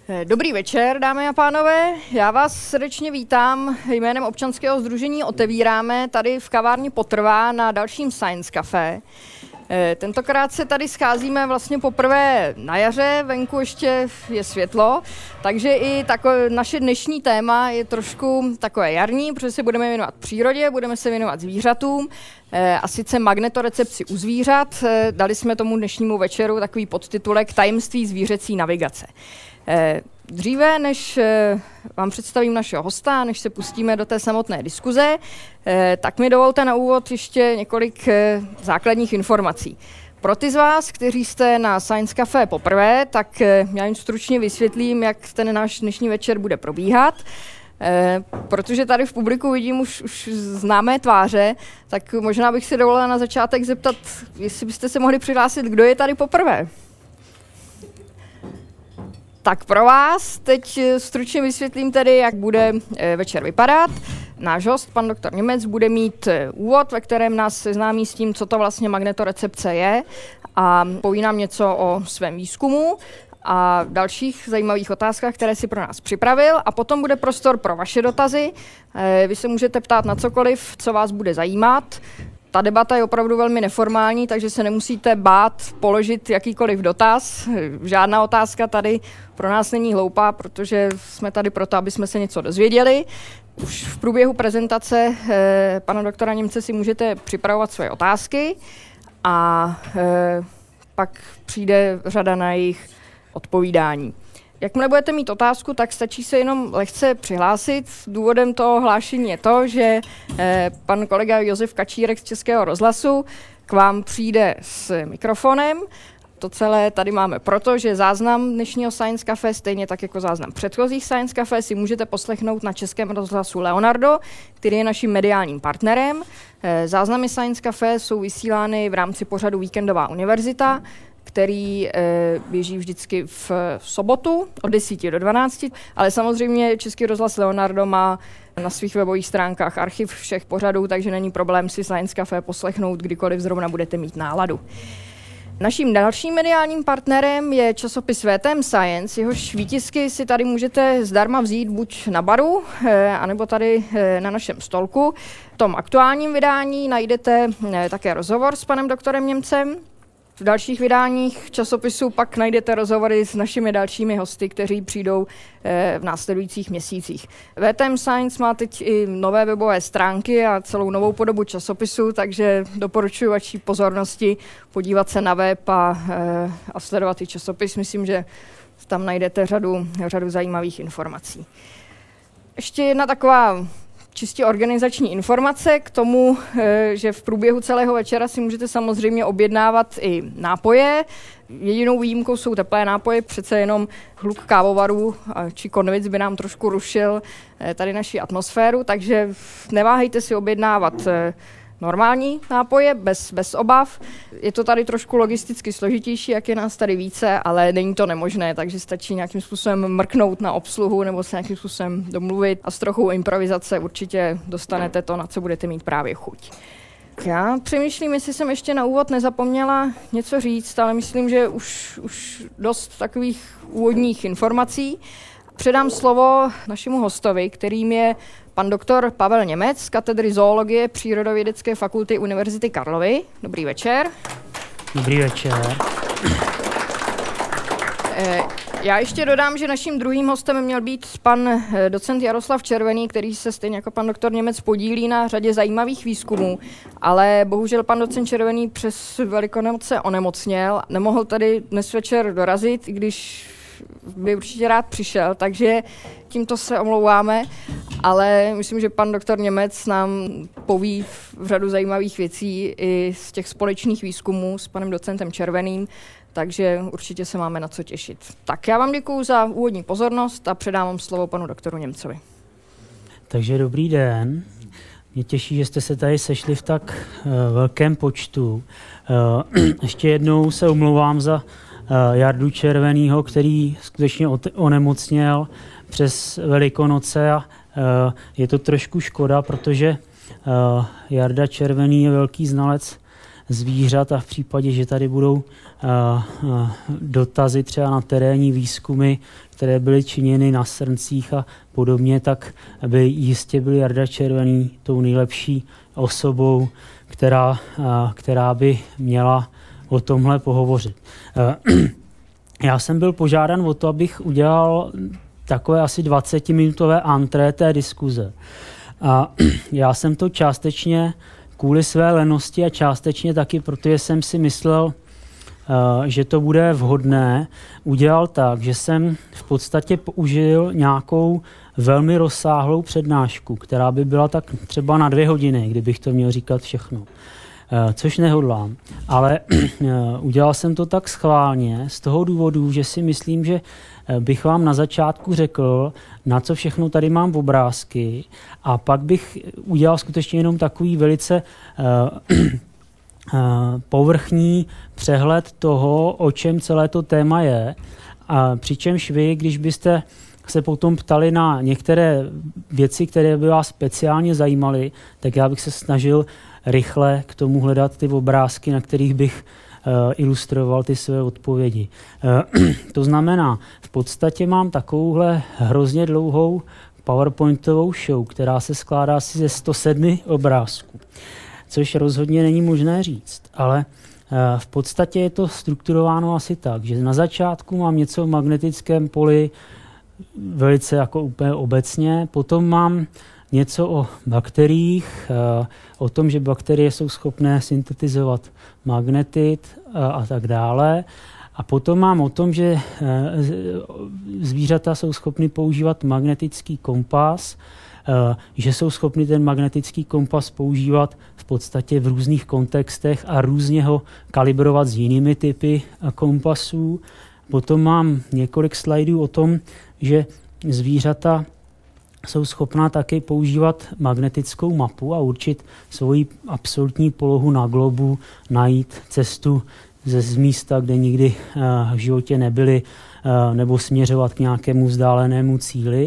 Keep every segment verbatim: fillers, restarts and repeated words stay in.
Dobrý večer, dámy a pánové. Já vás srdečně vítám jménem občanského sdružení Otevíráme tady v kavárně Potrvá na dalším Science Café. Tentokrát se tady scházíme vlastně poprvé na jaře, venku ještě je světlo, takže i takové, naše dnešní téma je trošku takové jarní, protože se budeme věnovat přírodě, budeme se věnovat zvířatům, a sice magnetorecepci u zvířat. Dali jsme tomu dnešnímu večeru takový podtitulek Tajemství zvířecí navigace. Dříve, než vám představím našeho hosta, než se pustíme do té samotné diskuze, tak mi dovolte na úvod ještě několik základních informací. Pro ty z vás, kteří jste na Science Café poprvé, tak já jim stručně vysvětlím, jak ten náš dnešní večer bude probíhat. Protože tady v publiku vidím už, už známé tváře, tak možná bych si dovolila na začátek zeptat, jestli byste se mohli přihlásit, kdo je tady poprvé. Tak pro vás teď stručně vysvětlím tedy, jak bude večer vypadat. Náš host, pan doktor Němec, bude mít úvod, ve kterém nás seznámí s tím, co to vlastně magnetorecepce je a poví nám něco o svém výzkumu a dalších zajímavých otázkách, které si pro nás připravil. A potom bude prostor pro vaše dotazy. Vy se můžete ptát na cokoliv, co vás bude zajímat. Ta debata je opravdu velmi neformální, takže se nemusíte bát položit jakýkoliv dotaz. Žádná otázka tady pro nás není hloupá, protože jsme tady proto, aby jsme se něco dozvěděli. Už v průběhu prezentace eh, pana doktora Němce si můžete připravovat své otázky a eh, pak přijde řada na jejich odpovídání. Jakmile budete mít otázku, tak stačí se jenom lehce přihlásit. Důvodem toho hlášení je to, že eh, pan kolega Josef Kačírek z Českého rozhlasu k vám přijde s mikrofonem. To celé tady máme proto, že záznam dnešního Science Café, stejně tak jako záznam předchozích Science Café, si můžete poslechnout na Českém rozhlasu Leonardo, který je naším mediálním partnerem. Eh, záznamy Science Café jsou vysílány v rámci pořadu Víkendová univerzita, který e, běží vždycky v, v sobotu od deseti do dvanácti, ale samozřejmě Český rozhlas Leonardo má na svých webových stránkách archiv všech pořadů, takže není problém si Science Café poslechnout, kdykoliv zrovna budete mít náladu. Naším dalším mediálním partnerem je časopis V T M Science, jehož výtisky si tady můžete zdarma vzít buď na baru, e, anebo tady e, na našem stolku. V tom aktuálním vydání najdete e, také rozhovor s panem doktorem Němcem. V dalších vydáních časopisu pak najdete rozhovory s našimi dalšími hosty, kteří přijdou v následujících měsících. V T M Science má teď i nové webové stránky a celou novou podobu časopisu, takže doporučuji vaší pozornosti podívat se na web a, a sledovat i časopis. Myslím, že tam najdete řadu, řadu zajímavých informací. Ještě jedna taková čistě organizační informace k tomu, že v průběhu celého večera si můžete samozřejmě objednávat i nápoje. Jedinou výjimkou jsou teplé nápoje, přece jenom hluk kávovarů či konvic by nám trošku rušil tady naši atmosféru, takže neváhejte si objednávat normální nápoje, bez, bez obav. Je to tady trošku logisticky složitější, jak je nás tady více, ale není to nemožné, takže stačí nějakým způsobem mrknout na obsluhu nebo se nějakým způsobem domluvit a s trochou improvizace určitě dostanete to, na co budete mít právě chuť. Já přemýšlím, jestli jsem ještě na úvod nezapomněla něco říct, ale myslím, že už, už dost takových úvodních informací. Předám slovo našemu hostovi, kterým je pan doktor Pavel Němec z katedry zoologie Přírodovědecké fakulty Univerzity Karlovy. Dobrý večer. Dobrý večer. Já ještě dodám, že naším druhým hostem měl být pan docent Jaroslav Červený, který se stejně jako pan doktor Němec podílí na řadě zajímavých výzkumů, ale bohužel pan docent Červený přes Velikonoce onemocněl. Nemohl tady dnes večer dorazit, i když by určitě rád přišel, takže tímto se omlouváme, ale myslím, že pan doktor Němec nám poví v řadu zajímavých věcí i z těch společných výzkumů s panem docentem Červeným, takže určitě se máme na co těšit. Tak já vám děkuju za úvodní pozornost a předávám slovo panu doktoru Němcovi. Takže dobrý den. Mě těší, že jste se tady sešli v tak uh, velkém počtu. Uh, ještě jednou se omlouvám za uh, Jardu Červenýho, který skutečně onemocněl přes Velikonoce a uh, je to trošku škoda, protože uh, Jarda Červený je velký znalec zvířat a v případě, že tady budou dotazy třeba na terénní výzkumy, které byly činěny na srncích a podobně, tak by jistě byl Jarda Červený tou nejlepší osobou, která, která by měla o tomhle pohovořit. Já jsem byl požádán o to, abych udělal takové asi dvacetiminutové antré té diskuze. A já jsem to částečně kvůli své lenosti a částečně taky, protože jsem si myslel, že to bude vhodné, udělal tak, že jsem v podstatě použil nějakou velmi rozsáhlou přednášku, která by byla tak třeba na dvě hodiny, kdybych to měl říkat všechno. Což nehodlám. Ale udělal jsem to tak schválně z toho důvodu, že si myslím, že bych vám na začátku řekl, na co všechno tady mám obrázky, a pak bych udělal skutečně jenom takový velice uh, uh, povrchní přehled toho, o čem celé to téma je. A přičemž vy, když byste se potom ptali na některé věci, které by vás speciálně zajímaly, tak já bych se snažil rychle k tomu hledat ty obrázky, na kterých bych uh, ilustroval ty své odpovědi. Uh, to znamená, v podstatě mám takovouhle hrozně dlouhou PowerPointovou show, která se skládá asi ze sto sedm obrázků, což rozhodně není možné říct, ale uh, v podstatě je to strukturováno asi tak, že na začátku mám něco o magnetickém poli velice jako úplně obecně, potom mám něco o bakteriích, o tom, že bakterie jsou schopné syntetizovat magnetit a tak dále. A potom mám o tom, že zvířata jsou schopny používat magnetický kompas, že jsou schopny ten magnetický kompas používat v podstatě v různých kontextech a různě ho kalibrovat s jinými typy kompasů. Potom mám několik slajdů o tom, že zvířata jsou schopná taky používat magnetickou mapu a určit svoji absolutní polohu na globu, najít cestu ze místa, kde nikdy v životě nebyli, nebo směřovat k nějakému vzdálenému cíli.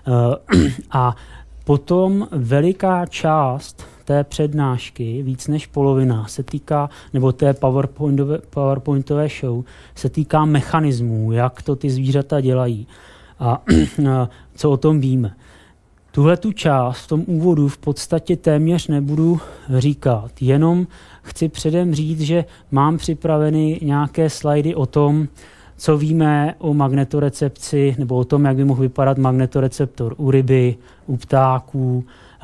A potom veliká část té přednášky, víc než polovina, se týká, nebo té PowerPointové, PowerPointové show, se týká mechanismů, jak to ty zvířata dělají a co o tom víme. Tuhle tu část v tom úvodu v podstatě téměř nebudu říkat, jenom chci předem říct, že mám připraveny nějaké slajdy o tom, co víme o magnetorecepci, nebo o tom, jak by mohl vypadat magnetoreceptor u ryby, u ptáků,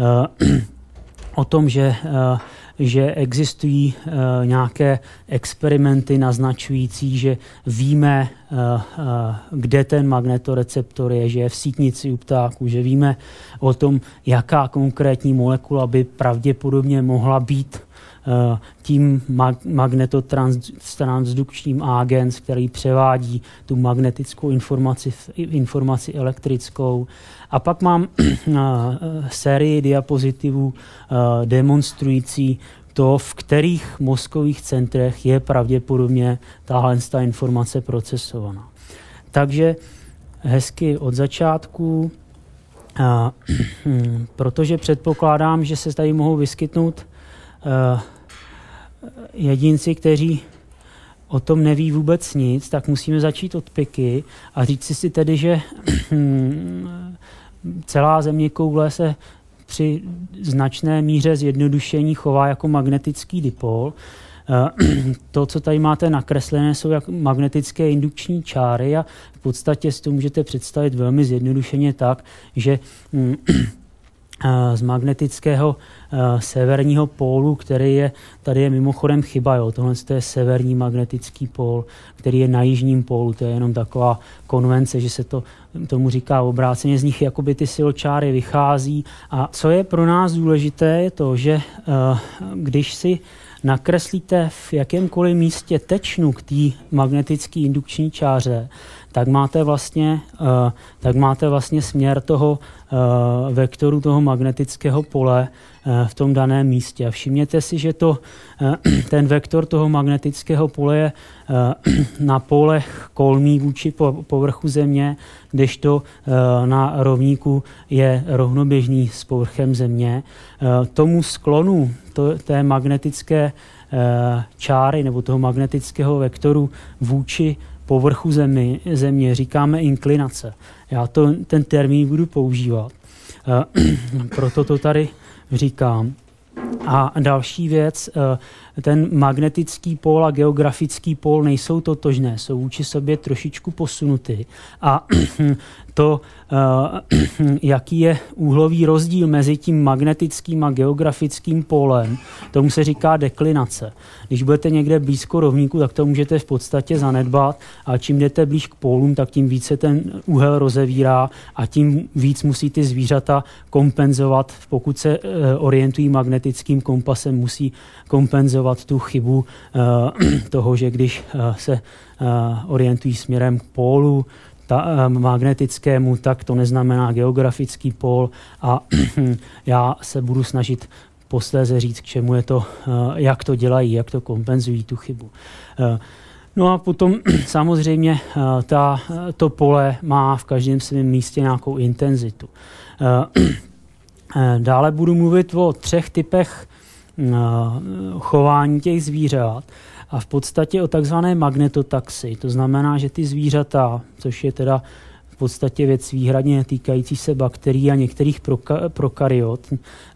o tom, že, že existují nějaké experimenty naznačující, že víme, kde ten magnetoreceptor je, že je v sítnici u ptáků, že víme o tom, jaká konkrétní molekula by pravděpodobně mohla být tím magnetotransdukčním agens, který převádí tu magnetickou informaci v informaci elektrickou. A pak mám sérii diapozitivů demonstrující to, v kterých mozkových centrech je pravděpodobně tahle informace procesovaná. Takže hezky od začátku, protože předpokládám, že se tady mohou vyskytnout jedinci, kteří o tom neví vůbec nic, tak musíme začít od piky a říct si tedy, že celá zeměkoule se při značné míře zjednodušení chová jako magnetický dipol. To, co tady máte nakreslené, jsou jak magnetické indukční čáry a v podstatě si to můžete představit velmi zjednodušeně tak, že z magnetického uh, severního pólu, který je, tady je mimochodem chyba, jo, tohle je severní magnetický pól, který je na jižním pólu, to je jenom taková konvence, že se to tomu říká obráceně, z nich jakoby ty siločáry vychází. A co je pro nás důležité, je to, že uh, když si nakreslíte v jakémkoliv místě tečnu k té magnetické indukční čáře, tak máte vlastně, uh, tak máte vlastně směr toho vektoru toho magnetického pole v tom daném místě. A všimněte si, že to, ten vektor toho magnetického pole je na polech kolmý vůči povrchu Země, kdežto na rovníku je rovnoběžný s povrchem Země. Tomu sklonu to, té magnetické čáry nebo toho magnetického vektoru vůči povrchu zemi, země říkáme inklinace. Já to, ten termín budu používat. Proto to tady říkám. A další věc, ten magnetický pól a geografický pól nejsou totožné, jsou vůči sobě trošičku posunuty. A to, jaký je úhlový rozdíl mezi tím magnetickým a geografickým pólem, tomu se říká deklinace. Když budete někde blízko rovníku, tak to můžete v podstatě zanedbat, a čím jdete blíž k pólům, tak tím více ten úhel rozevírá a tím víc musí ty zvířata kompenzovat. Pokud se orientují magnetickým kompasem, musí kompenzovat tu chybu toho, že když se orientují směrem k pólu, ta, magnetickému, tak to neznamená geografický pól, a já se budu snažit posléze říct, k čemu je to, jak to dělají, jak to kompenzují tu chybu. No a potom samozřejmě ta, to pole má v každém svém místě nějakou intenzitu. Dále budu mluvit o třech typech chování těch zvířat a v podstatě o takzvané magnetotaxii. To znamená, že ty zvířata, což je teda v podstatě věc výhradně týkající se bakterií a některých proka- prokaryot,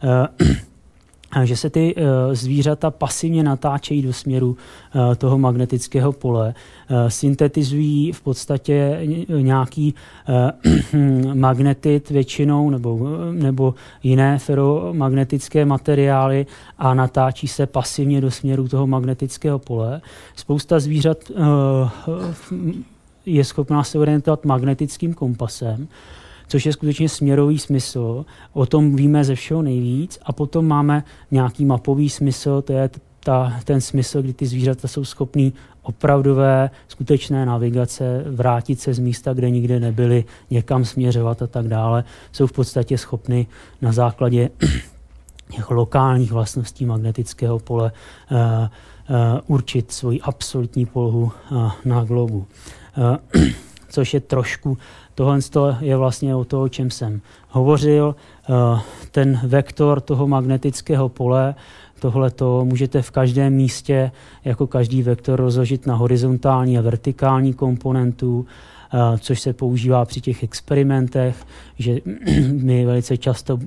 že se ty zvířata pasivně natáčejí do směru toho magnetického pole, syntetizují v podstatě nějaký magnetit většinou nebo, nebo jiné feromagnetické materiály a natáčí se pasivně do směru toho magnetického pole. Spousta zvířat je schopná se orientovat magnetickým kompasem, což je skutečně směrový smysl. O tom víme ze všeho nejvíc. A potom máme nějaký mapový smysl, to je ta, ten smysl, kdy ty zvířata jsou schopný opravdové, skutečné navigace, vrátit se z místa, kde nikde nebyli, někam směřovat a tak dále. Jsou v podstatě schopny na základě těch lokálních vlastností magnetického pole uh, uh, určit svoji absolutní polohu uh, na globu. Uh, což je trošku, tohle je vlastně o toho, o čem jsem hovořil. Ten vektor toho magnetického pole, tohleto můžete v každém místě jako každý vektor rozložit na horizontální a vertikální komponentu, což se používá při těch experimentech, že my velice často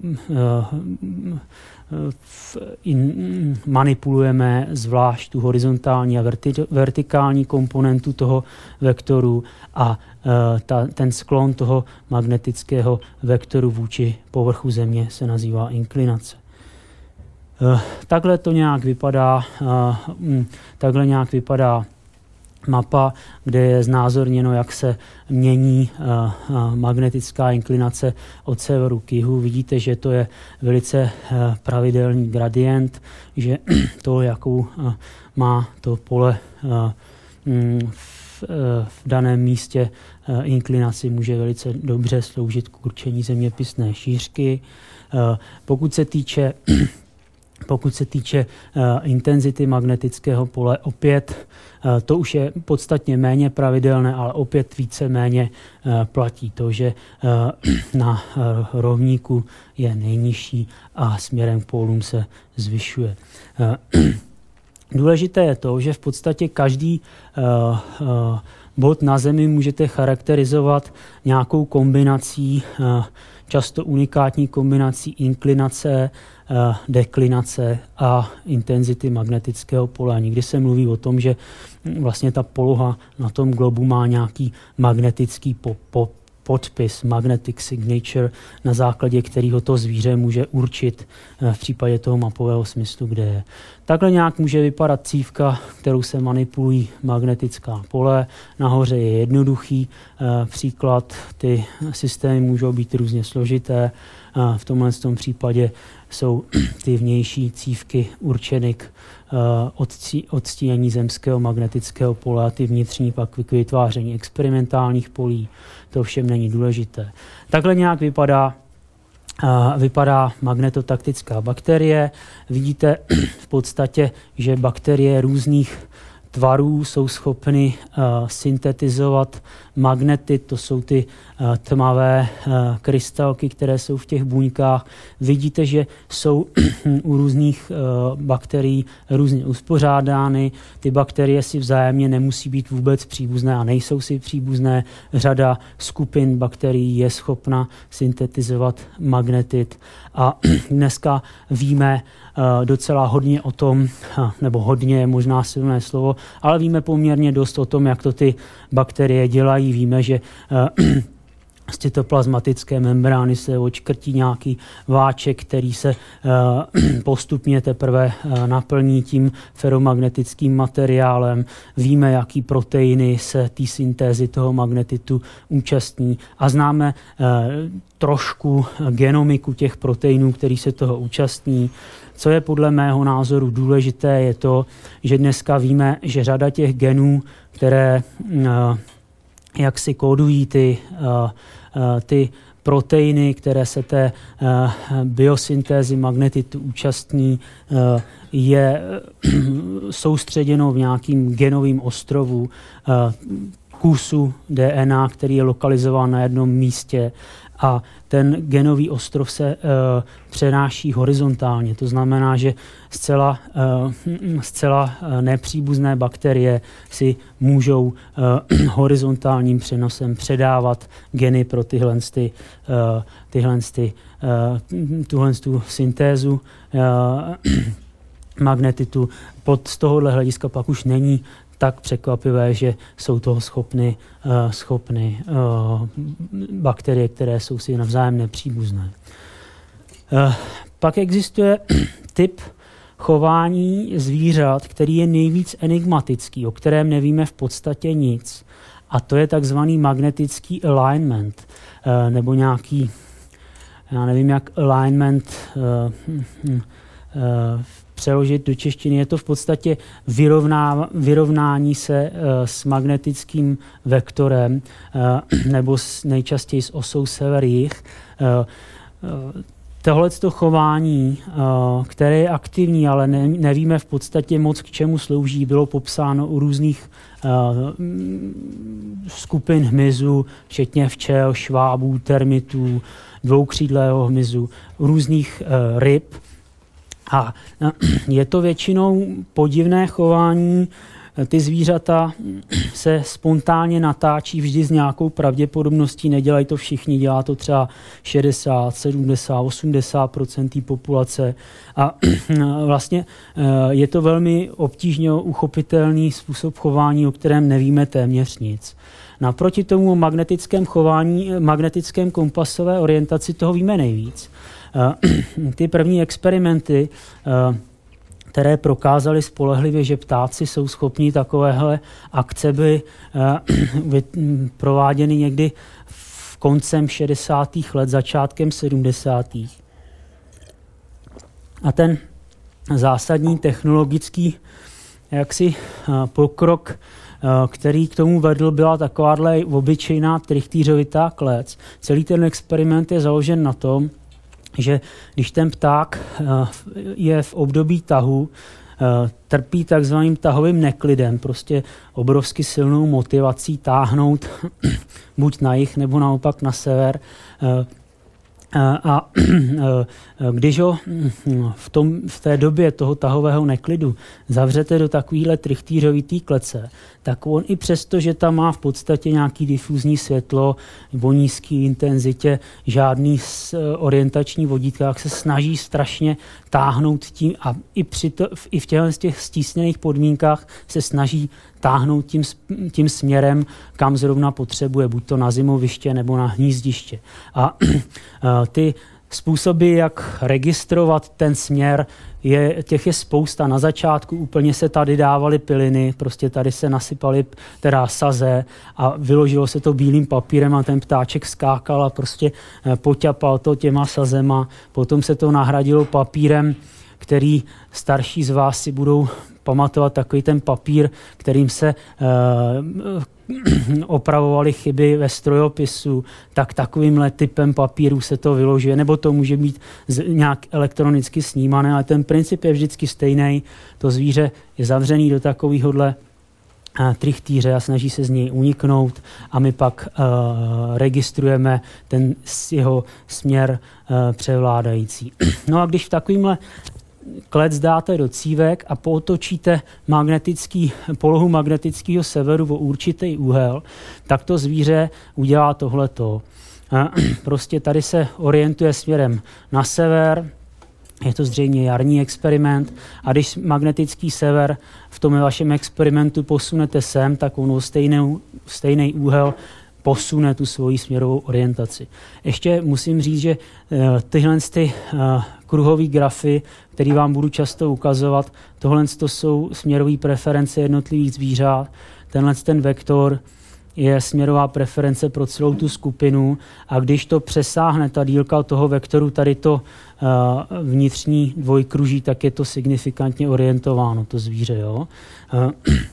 in, manipulujeme zvlášť tu horizontální a verti, vertikální komponentu toho vektoru a uh, ta, ten sklon toho magnetického vektoru vůči povrchu Země se nazývá inklinace. Uh, takhle to nějak vypadá, uh, takhle nějak vypadá mapa, kde je znázorněno, jak se mění uh, uh, magnetická inklinace od severu k jihu. Vidíte, že to je velice uh, pravidelný gradient, že to, jakou uh, má to pole uh, v, uh, v daném místě uh, inklinaci, může velice dobře sloužit k určení zeměpisné šířky. Uh, pokud se týče Pokud se týče uh, intenzity magnetického pole, opět uh, to už je podstatně méně pravidelné, ale opět víceméně uh, platí to, že uh, na uh, rovníku je nejnižší a směrem k pólům se zvyšuje. Uh, důležité je to, že v podstatě každý uh, uh, bod na Zemi můžete charakterizovat nějakou kombinací, uh, často unikátní kombinací inklinace, deklinace a intenzity magnetického pole. Někdy se mluví o tom, že vlastně ta poloha na tom globu má nějaký magnetický po, po, podpis, magnetic signature, na základě kterého to zvíře může určit v případě toho mapového smyslu, kde je. Takhle nějak může vypadat cívka, kterou se manipulují magnetická pole. Nahoře je jednoduchý příklad, ty systémy můžou být různě složité. V tomhle tom případě jsou ty vnější cívky určeny k odstínění zemského magnetického pole a ty vnitřní pak k vytváření experimentálních polí. To všem není důležité. Takhle nějak vypadá vypadá magnetotaktická bakterie. Vidíte v podstatě, že bakterie různých tvarů jsou schopny uh, syntetizovat magnety, to jsou ty uh, tmavé uh, krystalky, které jsou v těch buňkách. Vidíte, že jsou u různých uh, bakterií různě uspořádány. Ty bakterie si vzájemně nemusí být vůbec příbuzné a nejsou si příbuzné. Řada skupin bakterií je schopna syntetizovat magnetit. A dneska víme uh, docela hodně o tom, nebo hodně je možná silné slovo, ale víme poměrně dost o tom, jak to ty bakterie dělají. Víme, že uh, z cytoplazmatické membrány se odškrtí nějaký váček, který se uh, postupně teprve uh, naplní tím feromagnetickým materiálem. Víme, jaký proteiny se té syntézy toho magnetitu účastní a známe uh, trošku genomiku těch proteinů, který se toho účastní. Co je podle mého názoru důležité, je to, že dneska víme, že řada těch genů, které uh, jak si kódují ty, uh, uh, ty proteiny, které se té uh, biosyntézy magnetitu účastní, uh, je uh, soustředěno v nějakým genovým ostrovu uh, kusu D N A, který je lokalizován na jednom místě. A ten genový ostrov se uh, přenáší horizontálně. To znamená, že zcela, uh, zcela nepříbuzné bakterie si můžou uh, horizontálním přenosem předávat geny pro tyhle, ty, uh, tyhle, ty, uh, tuhle tu syntézu uh, magnetitu. Pod z tohohle hlediska pak už není tak překvapivé, že jsou toho schopny, uh, schopny uh, bakterie, které jsou si navzájem nepříbuzné. Uh, pak existuje typ chování zvířat, který je nejvíc enigmatický, o kterém nevíme v podstatě nic. A to je takzvaný magnetický alignment, uh, nebo nějaký, já nevím jak alignment uh, uh, uh, přeložit do češtiny. Je to v podstatě vyrovná, vyrovnání se uh, s magnetickým vektorem uh, nebo s, nejčastěji s osou sever-jih. Uh, uh, Tohleto chování, uh, které je aktivní, ale ne, nevíme v podstatě moc, k čemu slouží, bylo popsáno u různých uh, skupin hmyzu, včetně včel, švábů, termitů, dvoukřídlého hmyzu, různých uh, ryb. A je to většinou podivné chování. Ty zvířata se spontánně natáčí vždy s nějakou pravděpodobností, nedělají to všichni, dělá to třeba šedesát, sedmdesát, osmdesát procent té populace. A vlastně je to velmi obtížně uchopitelný způsob chování, o kterém nevíme téměř nic. Naproti tomu o magnetickém chování, magnetickém kompasové orientaci toho víme nejvíc. Ty první experimenty, které prokázaly spolehlivě, že ptáci jsou schopni takovéhle akce, by prováděny někdy v koncem šedesátých let, začátkem sedmdesátých. A ten zásadní technologický jaksi pokrok, který k tomu vedl, byla takováhle obyčejná trichtýřovitá klec. Celý ten experiment je založen na tom, že když ten pták je v období tahu, trpí takzvaným tahovým neklidem, prostě obrovsky silnou motivací táhnout buď na jih nebo naopak na sever. A když ho v, tom, v té době toho tahového neklidu zavřete do takovýhle trichtýřovitý klece, tak on i přesto, že tam má v podstatě nějaký difuzní světlo o nízké intenzitě, žádný orientační vodítkách, se snaží strašně táhnout tím a i, při to, i v těchto těch stísněných podmínkách se snaží táhnout tím, tím směrem, kam zrovna potřebuje, buď to na zimoviště nebo na hnízdiště. A ty způsoby, jak registrovat ten směr, je, těch je spousta. Na začátku úplně se tady dávaly piliny, prostě tady se nasypaly teda saze a vyložilo se to bílým papírem a ten ptáček skákal a prostě poťapal to těma sazema. Potom se to nahradilo papírem, který starší z vás si budou pamatovat, takový ten papír, kterým se uh, opravovali chyby ve strojopisu, tak takovýmhle typem papíru se to vyložuje, nebo to může být nějak elektronicky snímané, ale ten princip je vždycky stejný. To zvíře je zavřený do takovýhodle trichtýře a snaží se z něj uniknout a my pak uh, registrujeme ten jeho směr uh, převládající. No a když v takovýmhle klec dáte do cívek a potočíte magnetický, polohu magnetického severu o určitý úhel, tak to zvíře udělá tohleto. Prostě tady se orientuje směrem na sever, je to zřejmě jarní experiment a když magnetický sever v tom vašem experimentu posunete sem, tak ono stejný, stejný úhel posune tu svoji směrovou orientaci. Ještě musím říct, že tyhle ty kruhové grafy, které vám budu často ukazovat, tohle to jsou směrové preference jednotlivých zvířat. Tenhle ten vektor je směrová preference pro celou tu skupinu a když to přesáhne ta dílka toho vektoru, tady to uh, vnitřní dvojkruží, tak je to signifikantně orientováno, to zvíře. Jo? Uh,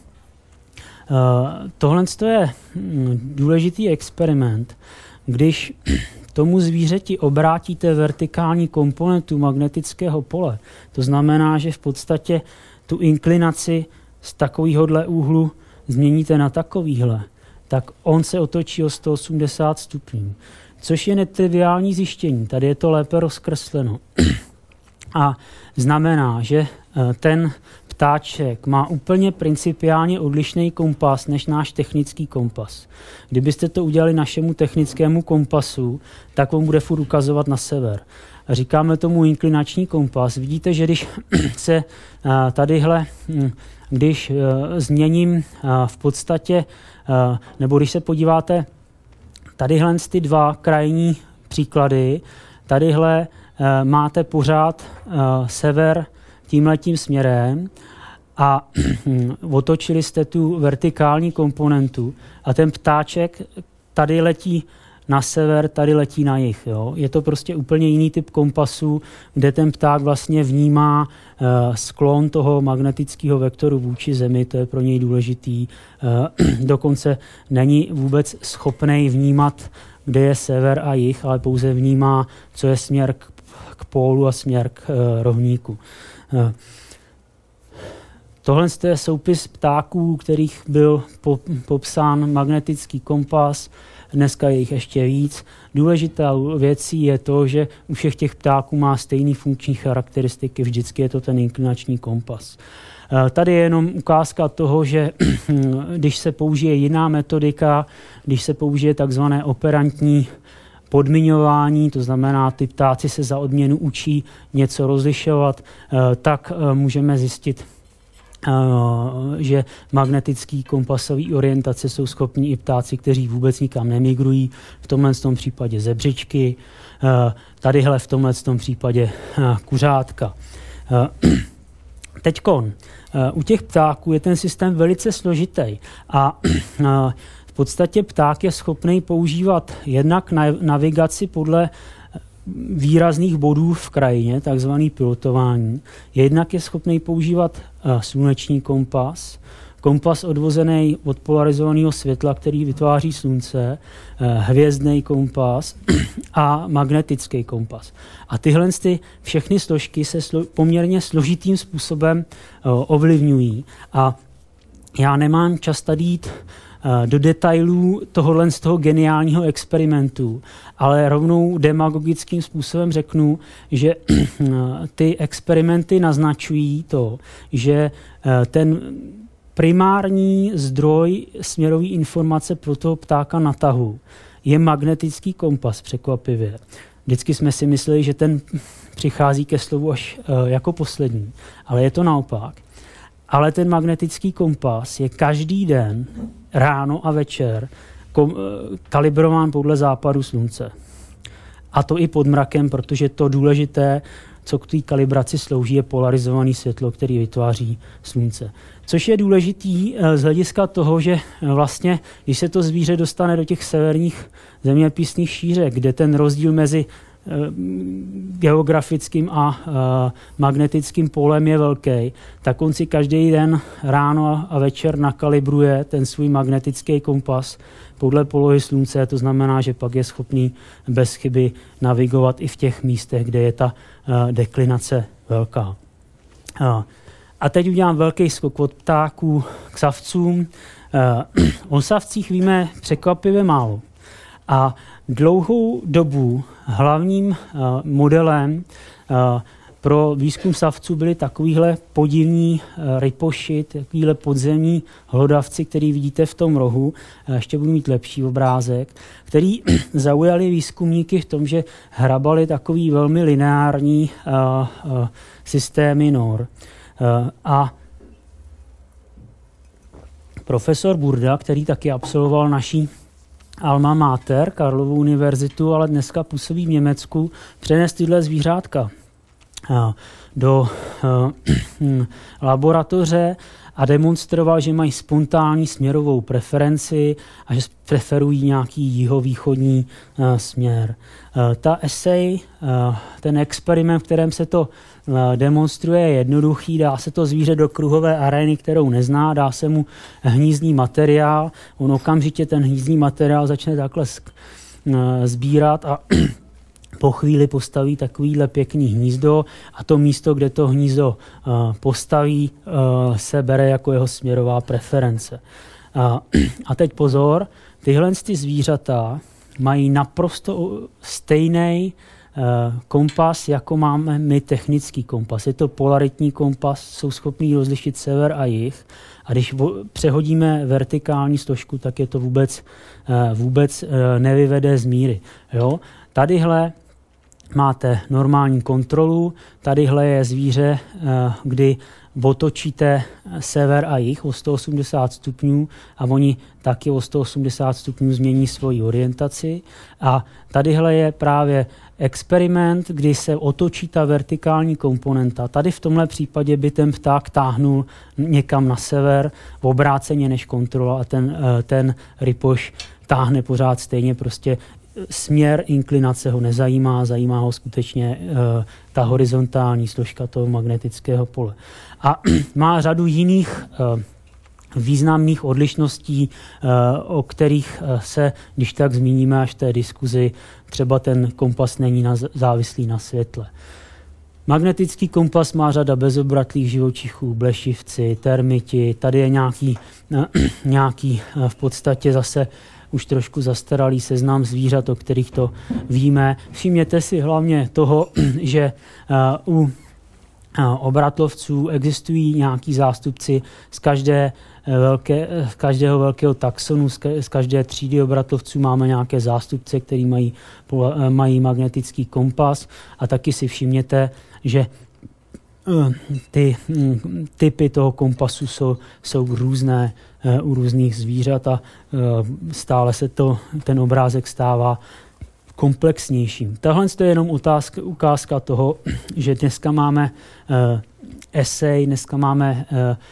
Uh, tohle je důležitý experiment. Když tomu zvířeti obrátíte vertikální komponentu magnetického pole, to znamená, že v podstatě tu inklinaci z takovýhodle úhlu změníte na takovýhle, tak on se otočí o sto osmdesát stupňů, což je netriviální zjištění. Tady je to lépe rozkresleno. A znamená, že ten ptáček má úplně principiálně odlišný kompas než náš technický kompas. Kdybyste to udělali našemu technickému kompasu, tak on bude furt ukazovat na sever. Říkáme tomu inklinační kompas. Vidíte, že když se tadyhle, když změním v podstatě, nebo když se podíváte tadyhle ty dva krajní příklady, tadyhle máte pořád sever tímhletím směrem a otočili jste tu vertikální komponentu a ten ptáček tady letí na sever, tady letí na jih. Jo? Je to prostě úplně jiný typ kompasu, kde ten pták vlastně vnímá uh, sklon toho magnetického vektoru vůči Zemi, to je pro něj důležitý. Uh, dokonce není vůbec schopný vnímat, kde je sever a jih, ale pouze vnímá, co je směr k, k pólu a směr k uh, rovníku. Uh, Tohle je soupis ptáků, kterých byl popsán magnetický kompas, dneska je jich ještě víc. Důležitá věcí je to, že u všech těch ptáků má stejné funkční charakteristiky, vždycky je to ten inklinační kompas. Tady je jenom ukázka toho, že když se použije jiná metodika, když se použije takzvané operantní podmiňování, to znamená, ty ptáci se za odměnu učí něco rozlišovat, tak můžeme zjistit, že magnetický kompasový orientace jsou schopní i ptáci, kteří vůbec nikam nemigrují, v tomhle tom případě zebřičky, tadyhle v tomhle tom případě kuřátka. Teďkon, u těch ptáků je ten systém velice složitý a v podstatě pták je schopný používat jednak navigaci podle výrazných bodů v krajině, takzvaný pilotování. Jednak je schopný používat uh, sluneční kompas, kompas odvozený od polarizovaného světla, který vytváří slunce, uh, hvězdný kompas a magnetický kompas. A tyhle ty všechny složky se slo- poměrně složitým způsobem uh, ovlivňují. A já nemám čas tady jít do detailů tohohle z toho geniálního experimentu, ale rovnou demagogickým způsobem řeknu, že ty experimenty naznačují to, že ten primární zdroj směrové informace pro toho ptáka na tahu je magnetický kompas, překvapivě. Vždycky jsme si mysleli, že ten přichází ke slovu až jako poslední, ale je to naopak. Ale ten magnetický kompas je každý den ráno a večer kom, kalibrován podle západu slunce. A to i pod mrakem, protože to důležité, co k té kalibraci slouží, je polarizované světlo, který vytváří slunce. Což je důležitý z hlediska toho, že vlastně, když se to zvíře dostane do těch severních zeměpisných šířek, kde ten rozdíl mezi geografickým a magnetickým polem je velký, tak on si každý den ráno a večer nakalibruje ten svůj magnetický kompas podle polohy slunce, to znamená, že pak je schopný bez chyby navigovat i v těch místech, kde je ta deklinace velká. A teď udělám velký skok od ptáků k savcům. O savcích víme překvapivě málo. A dlouhou dobu hlavním modelem pro výzkum savců byly takovýhle podivní rypoši, takovýhle podzemní hlodavci, který vidíte v tom rohu, ještě budu mít lepší obrázek, který zaujali výzkumníky v tom, že hrabali takový velmi lineární systémy nor. A profesor Burda, který taky absolvoval naší alma mater, Karlovu univerzitu, ale dneska působí v Německu, přenes tyhle zvířátka do laboratoře a demonstroval, že mají spontánní směrovou preferenci a že preferují nějaký jihovýchodní směr. Ta esej, ten experiment, v kterém se to demonstruje, je jednoduchý, dá se to zvíře do kruhové arény, kterou nezná, dá se mu hnízdní materiál, on okamžitě ten hnízdní materiál začne takhle sbírat a po chvíli postaví takovýhle pěkný hnízdo a to místo, kde to hnízdo postaví, se bere jako jeho směrová preference. A teď pozor, tyhle ty zvířata mají naprosto stejný kompas, jako máme my technický kompas. Je to polaritní kompas, jsou schopní rozlišit sever a jih. A když přehodíme vertikální složku, tak je to vůbec, vůbec nevyvede z míry. Jo? Tadyhle máte normální kontrolu, tadyhle je zvíře, kdy otočíte sever a jih o sto osmdesát stupňů a oni taky o sto osmdesát stupňů změní svoji orientaci. A tadyhle je právě experiment, kdy se otočí ta vertikální komponenta. Tady v tomhle případě by ten pták táhnul někam na sever, v obráceně než kontrola a ten, ten rypoš táhne pořád stejně, prostě směr inklinace ho nezajímá, zajímá ho skutečně uh, ta horizontální složka toho magnetického pole. A má řadu jiných uh, významných odlišností, uh, o kterých uh, se, když tak zmíníme až v té diskuzi, třeba ten kompas není na, závislý na světle. Magnetický kompas má řada bezobratlých živočichů, blešivci, termiti, tady je nějaký, uh, nějaký uh, v podstatě zase už trošku zastaralý seznam zvířat, o kterých to víme. Všimněte si hlavně toho, že uh, u uh, obratlovců existují nějaký zástupci z, každé, uh, velké, uh, z každého velkého taxonu, z, ka- z každé třídy obratlovců máme nějaké zástupce, který mají, uh, mají magnetický kompas a taky si všimněte, že ty typy toho kompasu jsou, jsou různé u různých zvířat a stále se to, ten obrázek stává komplexnějším. Tahle je jenom otázka, ukázka toho, že dneska máme esej, dneska máme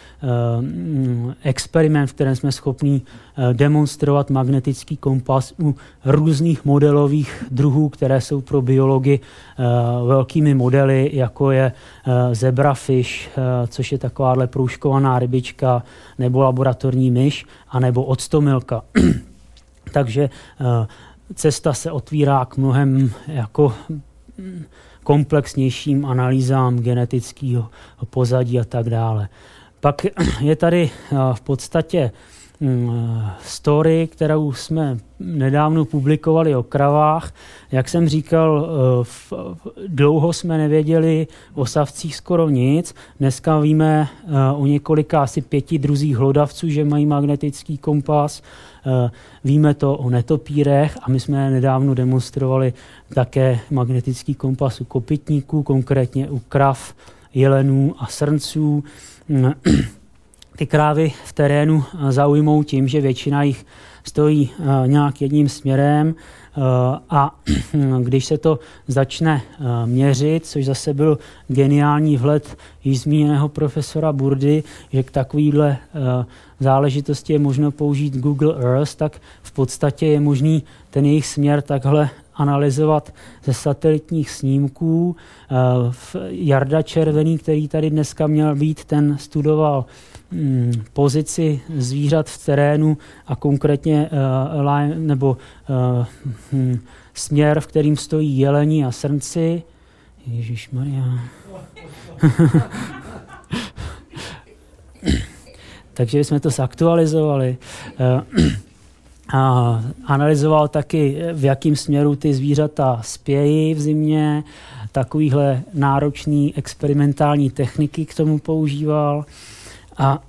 experiment, v kterém jsme schopni demonstrovat magnetický kompas u různých modelových druhů, které jsou pro biology velkými modely, jako je zebrafish, což je takováhle proužkovaná rybička, nebo laboratorní myš, anebo octomilka. Takže cesta se otvírá k mnohem jako komplexnějším analýzám genetického pozadí a tak dále. Pak je tady v podstatě story, kterou jsme nedávno publikovali o kravách. Jak jsem říkal, dlouho jsme nevěděli o savcích skoro nic. Dneska víme o několika asi pěti druzích hlodavců, že mají magnetický kompas. Víme to o netopírech a my jsme nedávno demonstrovali také magnetický kompas u kopytníků, konkrétně u krav, jelenů a srnců. Ty krávy v terénu zaujmou tím, že většina jich stojí nějak jedním směrem a když se to začne měřit, což zase byl geniální vhled již zmíněného profesora Burdy, že k takovýhle záležitosti je možno použít Google Earth, tak v podstatě je možný ten jejich směr takhle analyzovat ze satelitních snímků. Jarda Červený, který tady dneska měl být, ten studoval pozici zvířat v terénu a konkrétně nebo směr, v kterým stojí jeleni a srnci. Ježišmarja. Takže jsme to zaktualizovali. A analyzoval taky, v jakém směru ty zvířata spějí v zimě. Takovýhle náročný experimentální techniky k tomu používal. A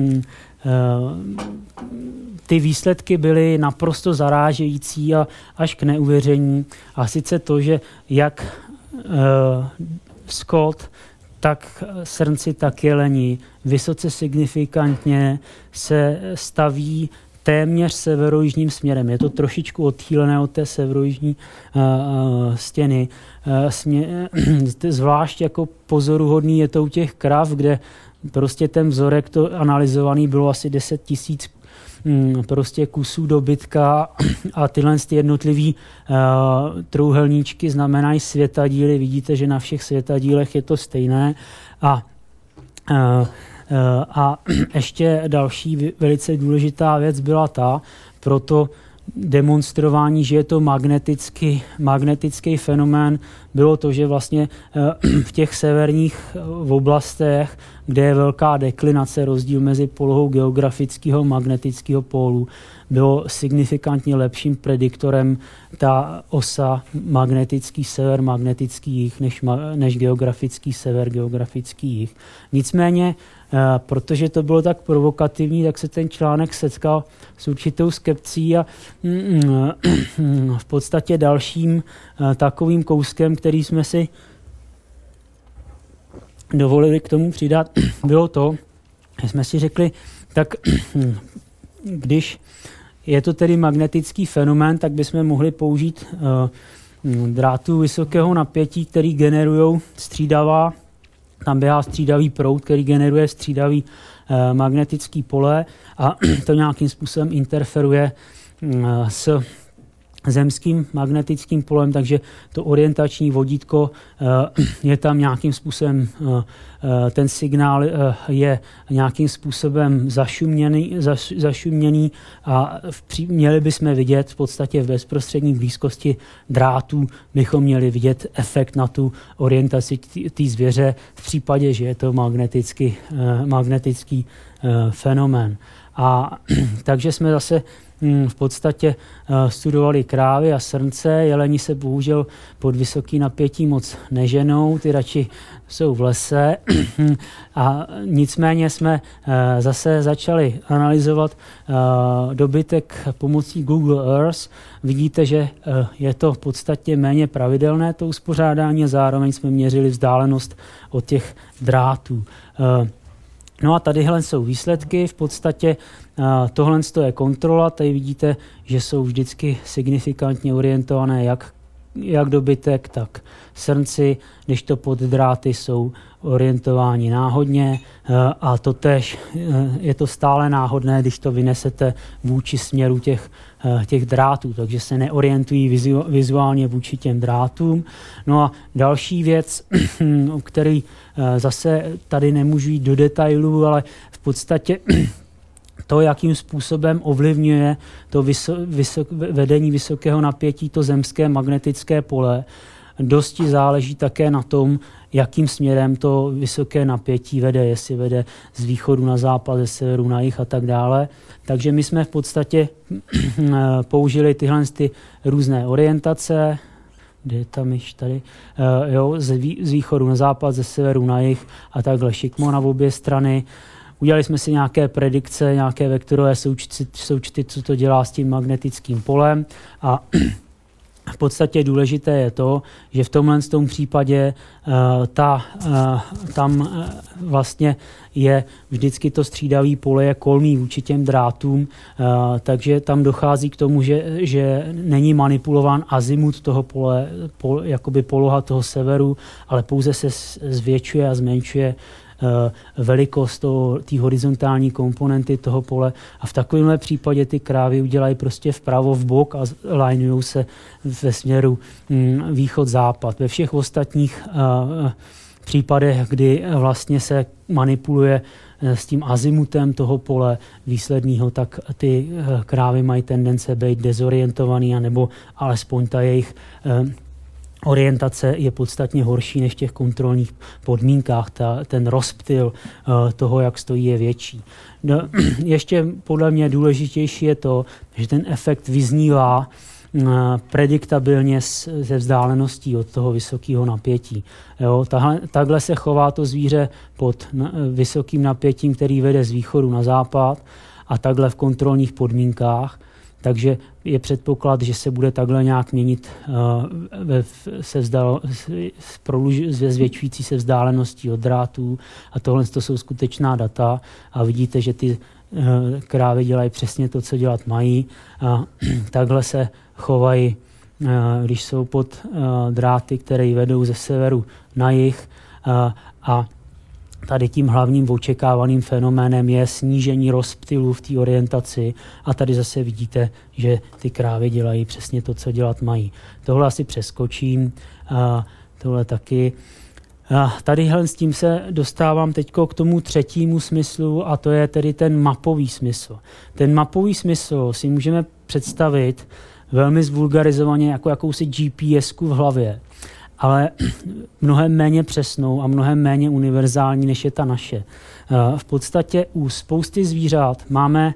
ty výsledky byly naprosto zarážející a až k neuvěření. A sice to, že jak skot, tak srnci, tak jeleni vysoce signifikantně se staví téměř severojižním směrem. Je to trošičku odchýlené od té severojižní uh, stěny. Uh, smě, zvlášť jako pozoruhodný je to u těch krav, kde prostě ten vzorek to analyzovaný bylo asi deset tisíc um, prostě kusů dobytka a tyhle jednotlivý uh, trůhelníčky znamenají světadíly. Vidíte, že na všech světadílech je to stejné. A uh, A ještě další velice důležitá věc byla ta, proto demonstrování, že je to magnetický, magnetický fenomén, bylo to, že vlastně v těch severních oblastech, kde je velká deklinace, rozdíl mezi polohou geografického magnetického pólu, bylo signifikantně lepším prediktorem ta osa magnetický sever, magnetický jih, než, než geografický sever, geografický jih. Nicméně, protože to bylo tak provokativní, tak se ten článek setkal s určitou skepcí a v podstatě dalším takovým kouskem, který jsme si dovolili k tomu přidat, bylo to, že jsme si řekli, tak když je to tedy magnetický fenomén, tak bychom mohli použít drátů vysokého napětí, který generují střídavá, tam běhá střídavý proud, který generuje střídavý magnetický pole a to nějakým způsobem interferuje s zemským magnetickým polem, takže to orientační vodítko je tam nějakým způsobem, ten signál je nějakým způsobem zašuměný, zaš, zašuměný a v, měli bychom vidět v podstatě v bezprostřední blízkosti drátů, bychom měli vidět efekt na tu orientaci té zvěře v případě, že je to magnetický, magnetický fenomén. A takže jsme zase v podstatě studovali krávy a srnce. Jeleni se bohužel pod vysoký napětí moc neženou, ty radši jsou v lese. A nicméně jsme zase začali analyzovat dobytek pomocí Google Earth. Vidíte, že je to v podstatě méně pravidelné to uspořádání a zároveň jsme měřili vzdálenost od těch drátů. No a tadyhle jsou výsledky, v podstatě tohle je kontrola, tady vidíte, že jsou vždycky signifikantně orientované jak, jak dobytek, tak srnci, když to pod dráty jsou orientováni náhodně a to též je to stále náhodné, když to vynesete vůči směru těch, těch drátů, takže se neorientují vizu, vizuálně vůči těm drátům. No a další věc, o který zase tady nemůžu jít do detailů, ale v podstatě to, jakým způsobem ovlivňuje to vyso, vysok, vedení vysokého napětí to zemské magnetické pole, dosti záleží také na tom, jakým směrem to vysoké napětí vede, jestli vede z východu na západ, ze severu na jih a tak dále. Takže my jsme v podstatě použili tyhle ty různé orientace, kde je ta myš tady, uh, jo, z, vý, z východu na západ, ze severu na jih a takhle šikmo na obě strany. Udělali jsme si nějaké predikce, nějaké vektorové součty, součty, co to dělá s tím magnetickým polem a v podstatě důležité je to, že v tomhle tom případě uh, ta, uh, tam uh, vlastně je vždycky to střídavý pole je kolmý vůči těm drátům, uh, takže tam dochází k tomu, že, že není manipulován azimut toho pole, pol, jakoby poloha toho severu, ale pouze se zvětšuje a zmenšuje velikost té horizontální komponenty toho pole a v takovémhle případě ty krávy udělají prostě vpravo v bok a linujou se ve směru východ-západ. Ve všech ostatních případech, kdy vlastně se manipuluje s tím azimutem toho pole výsledného, tak ty krávy mají tendence být dezorientovaný, anebo alespoň ta jejich orientace je podstatně horší než v těch kontrolních podmínkách. Ta, ten rozptyl toho, jak stojí, je větší. No, ještě podle mě důležitější je to, že ten efekt vyznívá prediktabilně ze vzdáleností od toho vysokého napětí. Jo, tahle, takhle se chová to zvíře pod na, vysokým napětím, který vede z východu na západ a takhle v kontrolních podmínkách. Takže je předpoklad, že se bude takhle nějak měnit uh, ve, se vzdal, se zvětšující se vzdáleností od drátů a tohle to jsou skutečná data a vidíte, že ty uh, krávy dělají přesně to, co dělat mají a takhle se chovají, uh, když jsou pod uh, dráty, které vedou ze severu na jih uh, a tady tím hlavním očekávaným fenoménem je snížení rozptylu v té orientaci a tady zase vidíte, že ty krávy dělají přesně to, co dělat mají. Tohle asi přeskočím, a tohle taky. A tadyhle s tím se dostávám teď k tomu třetímu smyslu a to je tedy ten mapový smysl. Ten mapový smysl si můžeme představit velmi zvulgarizovaně jako jakousi G P S ku v hlavě, ale mnohem méně přesnou a mnohem méně univerzální, než je ta naše. V podstatě u spousty zvířat máme,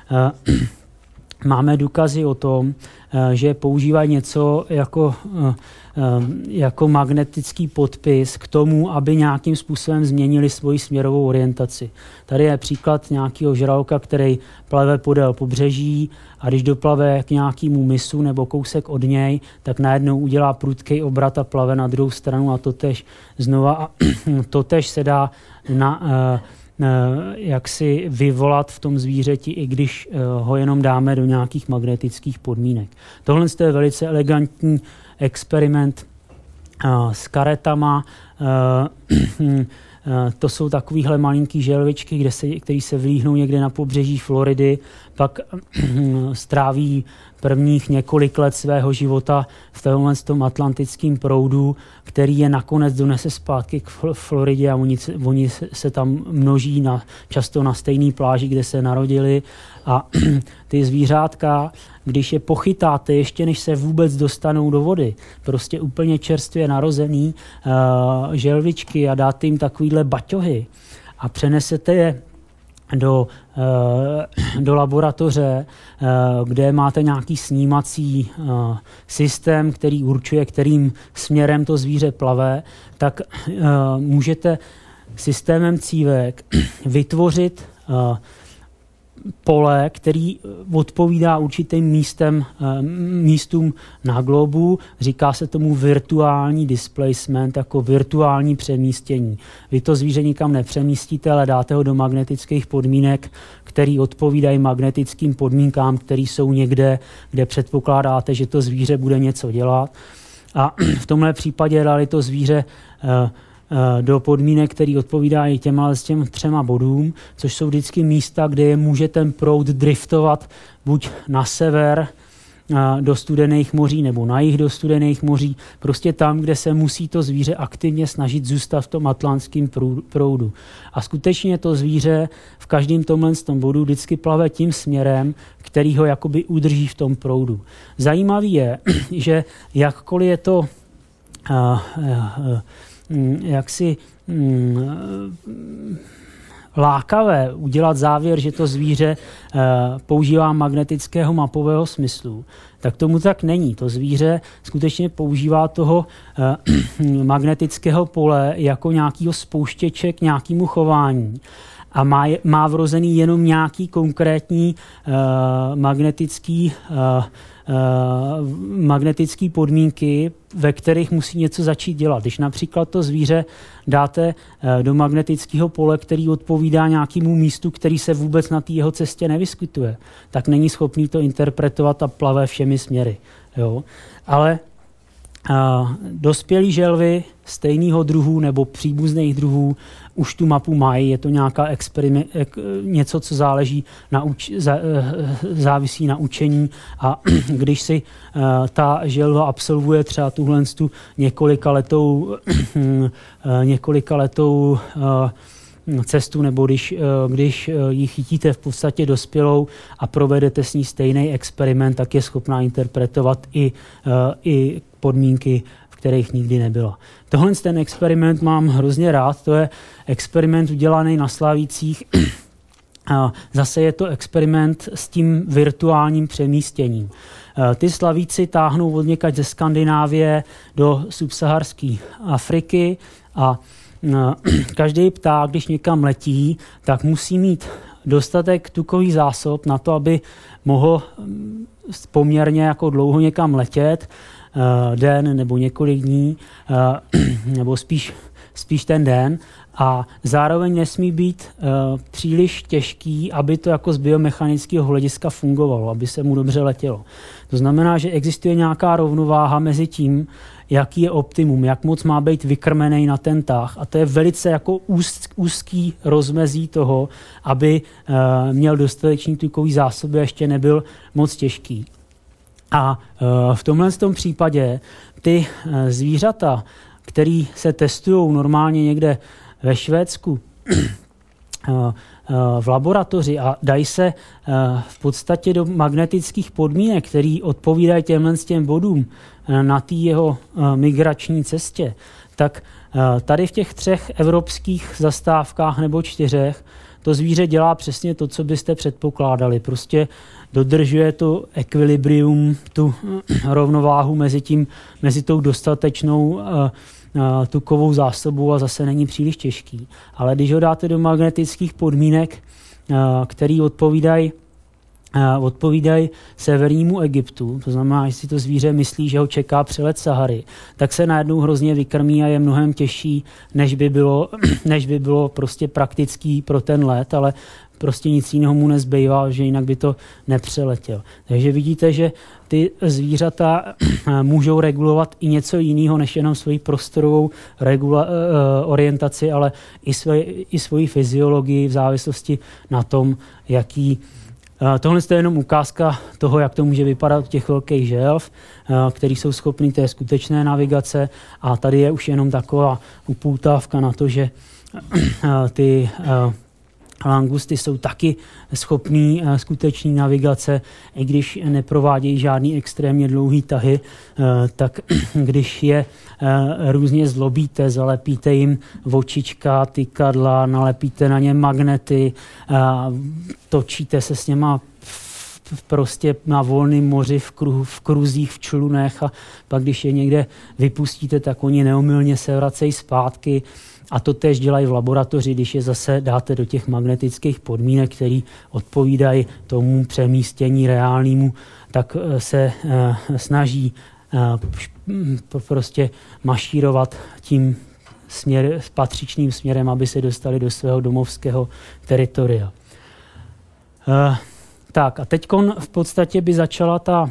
máme důkazy o tom, že používají něco jako, jako magnetický podpis k tomu, aby nějakým způsobem změnili svoji směrovou orientaci. Tady je příklad nějakého žraloka, který plave podél pobřeží a když doplave k nějakému mysu nebo kousek od něj, tak najednou udělá prudký obrat a plave na druhou stranu a totež znova a totež se dá na, jak si vyvolat v tom zvířeti, i když ho jenom dáme do nějakých magnetických podmínek. Tohle je velice elegantní experiment s karetama. To jsou takovýhle malinký želvičky, kde se, který se vlíhnou někde na pobřeží Floridy, pak stráví prvních několik let svého života v tomhle tom atlantickém proudu, který je nakonec donese zpátky k Floridě a oni, oni se tam množí na, často na stejné pláži, kde se narodili a ty zvířátka, když je pochytáte ještě než se vůbec dostanou do vody, prostě úplně čerstvě narozený uh, želvičky a dáte jim takovýhle baťohy a přenesete je do, uh, do laboratoře, uh, kde máte nějaký snímací uh, systém, který určuje, kterým směrem to zvíře plave, tak uh, můžete systémem cívek vytvořit uh, pole, který odpovídá určitým místem, místům na globu. Říká se tomu virtuální displacement, jako virtuální přemístění. Vy to zvíře nikam nepřemístíte, ale dáte ho do magnetických podmínek, které odpovídají magnetickým podmínkám, které jsou někde, kde předpokládáte, že to zvíře bude něco dělat. A v tomhle případě dali to zvíře do podmínek, který odpovídá i těm, ale s těm třema bodům, což jsou vždycky místa, kde je může ten proud driftovat buď na sever do studených moří nebo na jih do studených moří, prostě tam, kde se musí to zvíře aktivně snažit zůstat v tom atlantském proudu. A skutečně to zvíře v každém tomhle tom bodu vždycky plave tím směrem, který ho jakoby udrží v tom proudu. Zajímavý je, že jakkoliv je to uh, uh, jak si mm, lákavé udělat závěr, že to zvíře uh, používá magnetického mapového smyslu, tak tomu tak není. To zvíře skutečně používá toho uh, magnetického pole jako nějakého spouštěče k nějakému chování a má, má vrozený jenom nějaký konkrétní uh, magnetický uh, Uh, magnetické podmínky, ve kterých musí něco začít dělat. Když například to zvíře dáte uh, do magnetického pole, který odpovídá nějakému místu, který se vůbec na té jeho cestě nevyskytuje, tak není schopný to interpretovat a plave všemi směry. Jo? Ale Dospělí želvy stejného druhu nebo příbuzných druhů už tu mapu mají, je to nějaká experiment, něco, co záleží na uč, závisí na učení a když si ta želva absolvuje třeba tuhle tu několika letou, několika letou cestu, nebo když, když ji chytíte v podstatě dospělou a provedete s ní stejný experiment, tak je schopná interpretovat i, i podmínky, v kterých nikdy nebyla. Tohle ten experiment mám hrozně rád, to je experiment udělaný na Slavících. Zase je to experiment s tím virtuálním přemístěním. Ty Slavíci táhnou od někaď ze Skandinávie do subsaharské Afriky a každý pták, když někam letí, tak musí mít dostatek tukových zásob na to, aby mohl poměrně jako dlouho někam letět, den nebo několik dní, nebo spíš, spíš ten den. A zároveň nesmí být uh, příliš těžký, aby to jako z biomechanického hlediska fungovalo, aby se mu dobře letělo. To znamená, že existuje nějaká rovnováha mezi tím, jaký je optimum, jak moc má být vykrmený na ten tah. A to je velice jako úz, úzký rozmezí toho, aby uh, měl dostatečný tukový zásoby a ještě nebyl moc těžký. A uh, v tomhle tom případě ty uh, zvířata, které se testují normálně někde ve Švédsku v laboratoři a dají se v podstatě do magnetických podmínek, které odpovídají těmhle těm bodům na té jeho migrační cestě, tak tady v těch třech evropských zastávkách nebo čtyřech to zvíře dělá přesně to, co byste předpokládali. Prostě dodržuje to ekvilibrium, tu rovnováhu mezi tím, mezi tou dostatečnou tukovou zásobu a zase není příliš těžký. Ale když ho dáte do magnetických podmínek, který odpovídají odpovídají severnímu Egyptu, to znamená, že si to zvíře myslí, že ho čeká přelet Sahary, tak se najednou hrozně vykrmí a je mnohem těžší, než by bylo, než by bylo prostě praktický pro ten let, ale prostě nic jiného mu nezbývá, že jinak by to nepřeletěl. Takže vidíte, že ty zvířata můžou regulovat i něco jiného, než jenom svoji prostorovou regula- orientaci, ale i, svoji, i svoji fyziologii v závislosti na tom, jaký. Tohle je jenom ukázka toho, jak to může vypadat u těch velkých želv, který jsou schopný té skutečné navigace, a tady je už jenom taková upoutávka na to, že ty langusty jsou taky schopný uh, skutečný navigace, i když neprovádějí žádný extrémně dlouhý tahy, uh, tak když je uh, různě zlobíte, zalepíte jim očička, tykadla, nalepíte na ně magnety, uh, točíte se s něma prostě na volném moři v, kruhu, v kruzích, v člunech, a pak když je někde vypustíte, tak oni neomylně se vracejí zpátky. A to též dělají v laboratoři, když je zase dáte do těch magnetických podmínek, které odpovídají tomu přemístění reálnému, tak se uh, snaží uh, prostě mašírovat tím směr, patřičným směrem, aby se dostali do svého domovského teritoria. Uh, tak a teďkon v podstatě by začala ta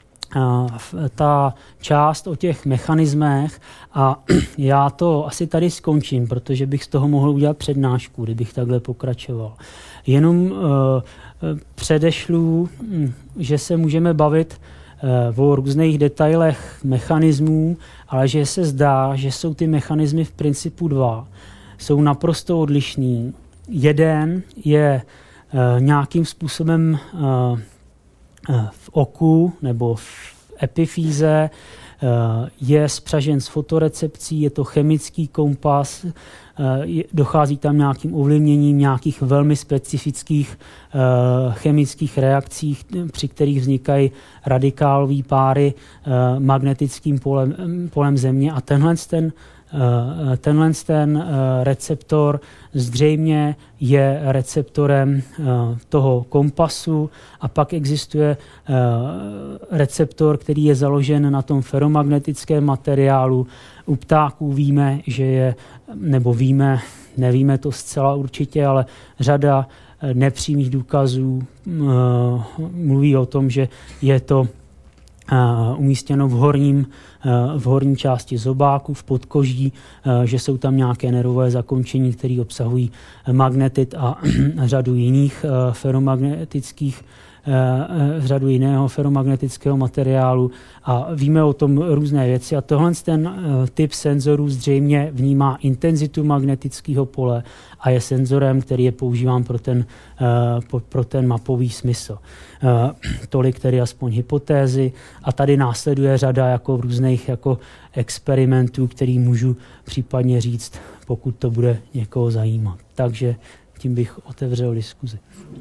ta část o těch mechanismech a já to asi tady skončím, protože bych z toho mohl udělat přednášku, kdybych takhle pokračoval. Jenom uh, předešlu, že se můžeme bavit uh, o různých detailech mechanismů, ale že se zdá, že jsou ty mechanismy v principu dva. Jsou naprosto odlišný. Jeden je uh, nějakým způsobem uh, v oku nebo v epifýze, je spřažen s fotorecepcí, je to chemický kompas, dochází tam nějakým ovlivněním nějakých velmi specifických chemických reakcí, při kterých vznikají radikálové páry magnetickým polem, polem Země, a tenhle ten Tenhle ten receptor zřejmě je receptorem toho kompasu, a pak existuje receptor, který je založen na tom feromagnetickém materiálu. U ptáků víme, že je, nebo víme, nevíme to zcela určitě, ale řada nepřímých důkazů mluví o tom, že je to umístěno v, horním, v horní části zobáku, v podkoží, že jsou tam nějaké nervové zakončení, které obsahují magnetit a řadu jiných feromagnetických řadu jiného feromagnetického materiálu a víme o tom různé věci a tohle ten typ senzorů zřejmě vnímá intenzitu magnetického pole a je senzorem, který je používán pro ten, pro ten mapový smysl. Tolik tedy aspoň hypotézy a tady následuje řada jako různých jako experimentů, který můžu případně říct, pokud to bude někoho zajímat. Takže tím bych otevřel diskuzi.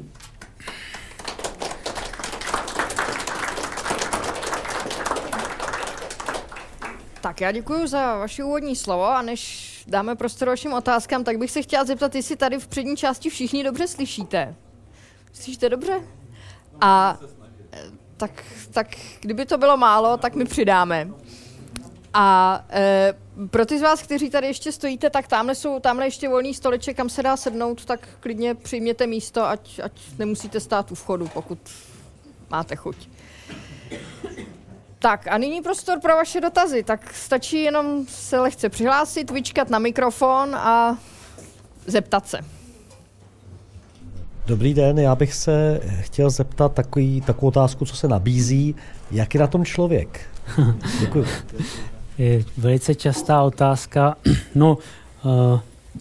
Tak já děkuji za vaše úvodní slovo a než dáme prostor vašim otázkám, tak bych se chtěla zeptat, jestli tady v přední části všichni dobře slyšíte. Slyšíte dobře? A tak, tak kdyby to bylo málo, tak my přidáme. A e, pro ty z vás, kteří tady ještě stojíte, tak tamhle jsou tamhle ještě volný stoleček, kam se dá sednout, tak klidně přijměte místo, ať, ať nemusíte stát u vchodu, pokud máte chuť. Tak a nyní prostor pro vaše dotazy. Tak stačí jenom se lehce přihlásit, vyčkat na mikrofon a zeptat se. Dobrý den, já bych se chtěl zeptat takový, takovou otázku, co se nabízí. Jak je na tom člověk? Děkuji. Je velice častá otázka. No, uh, uh,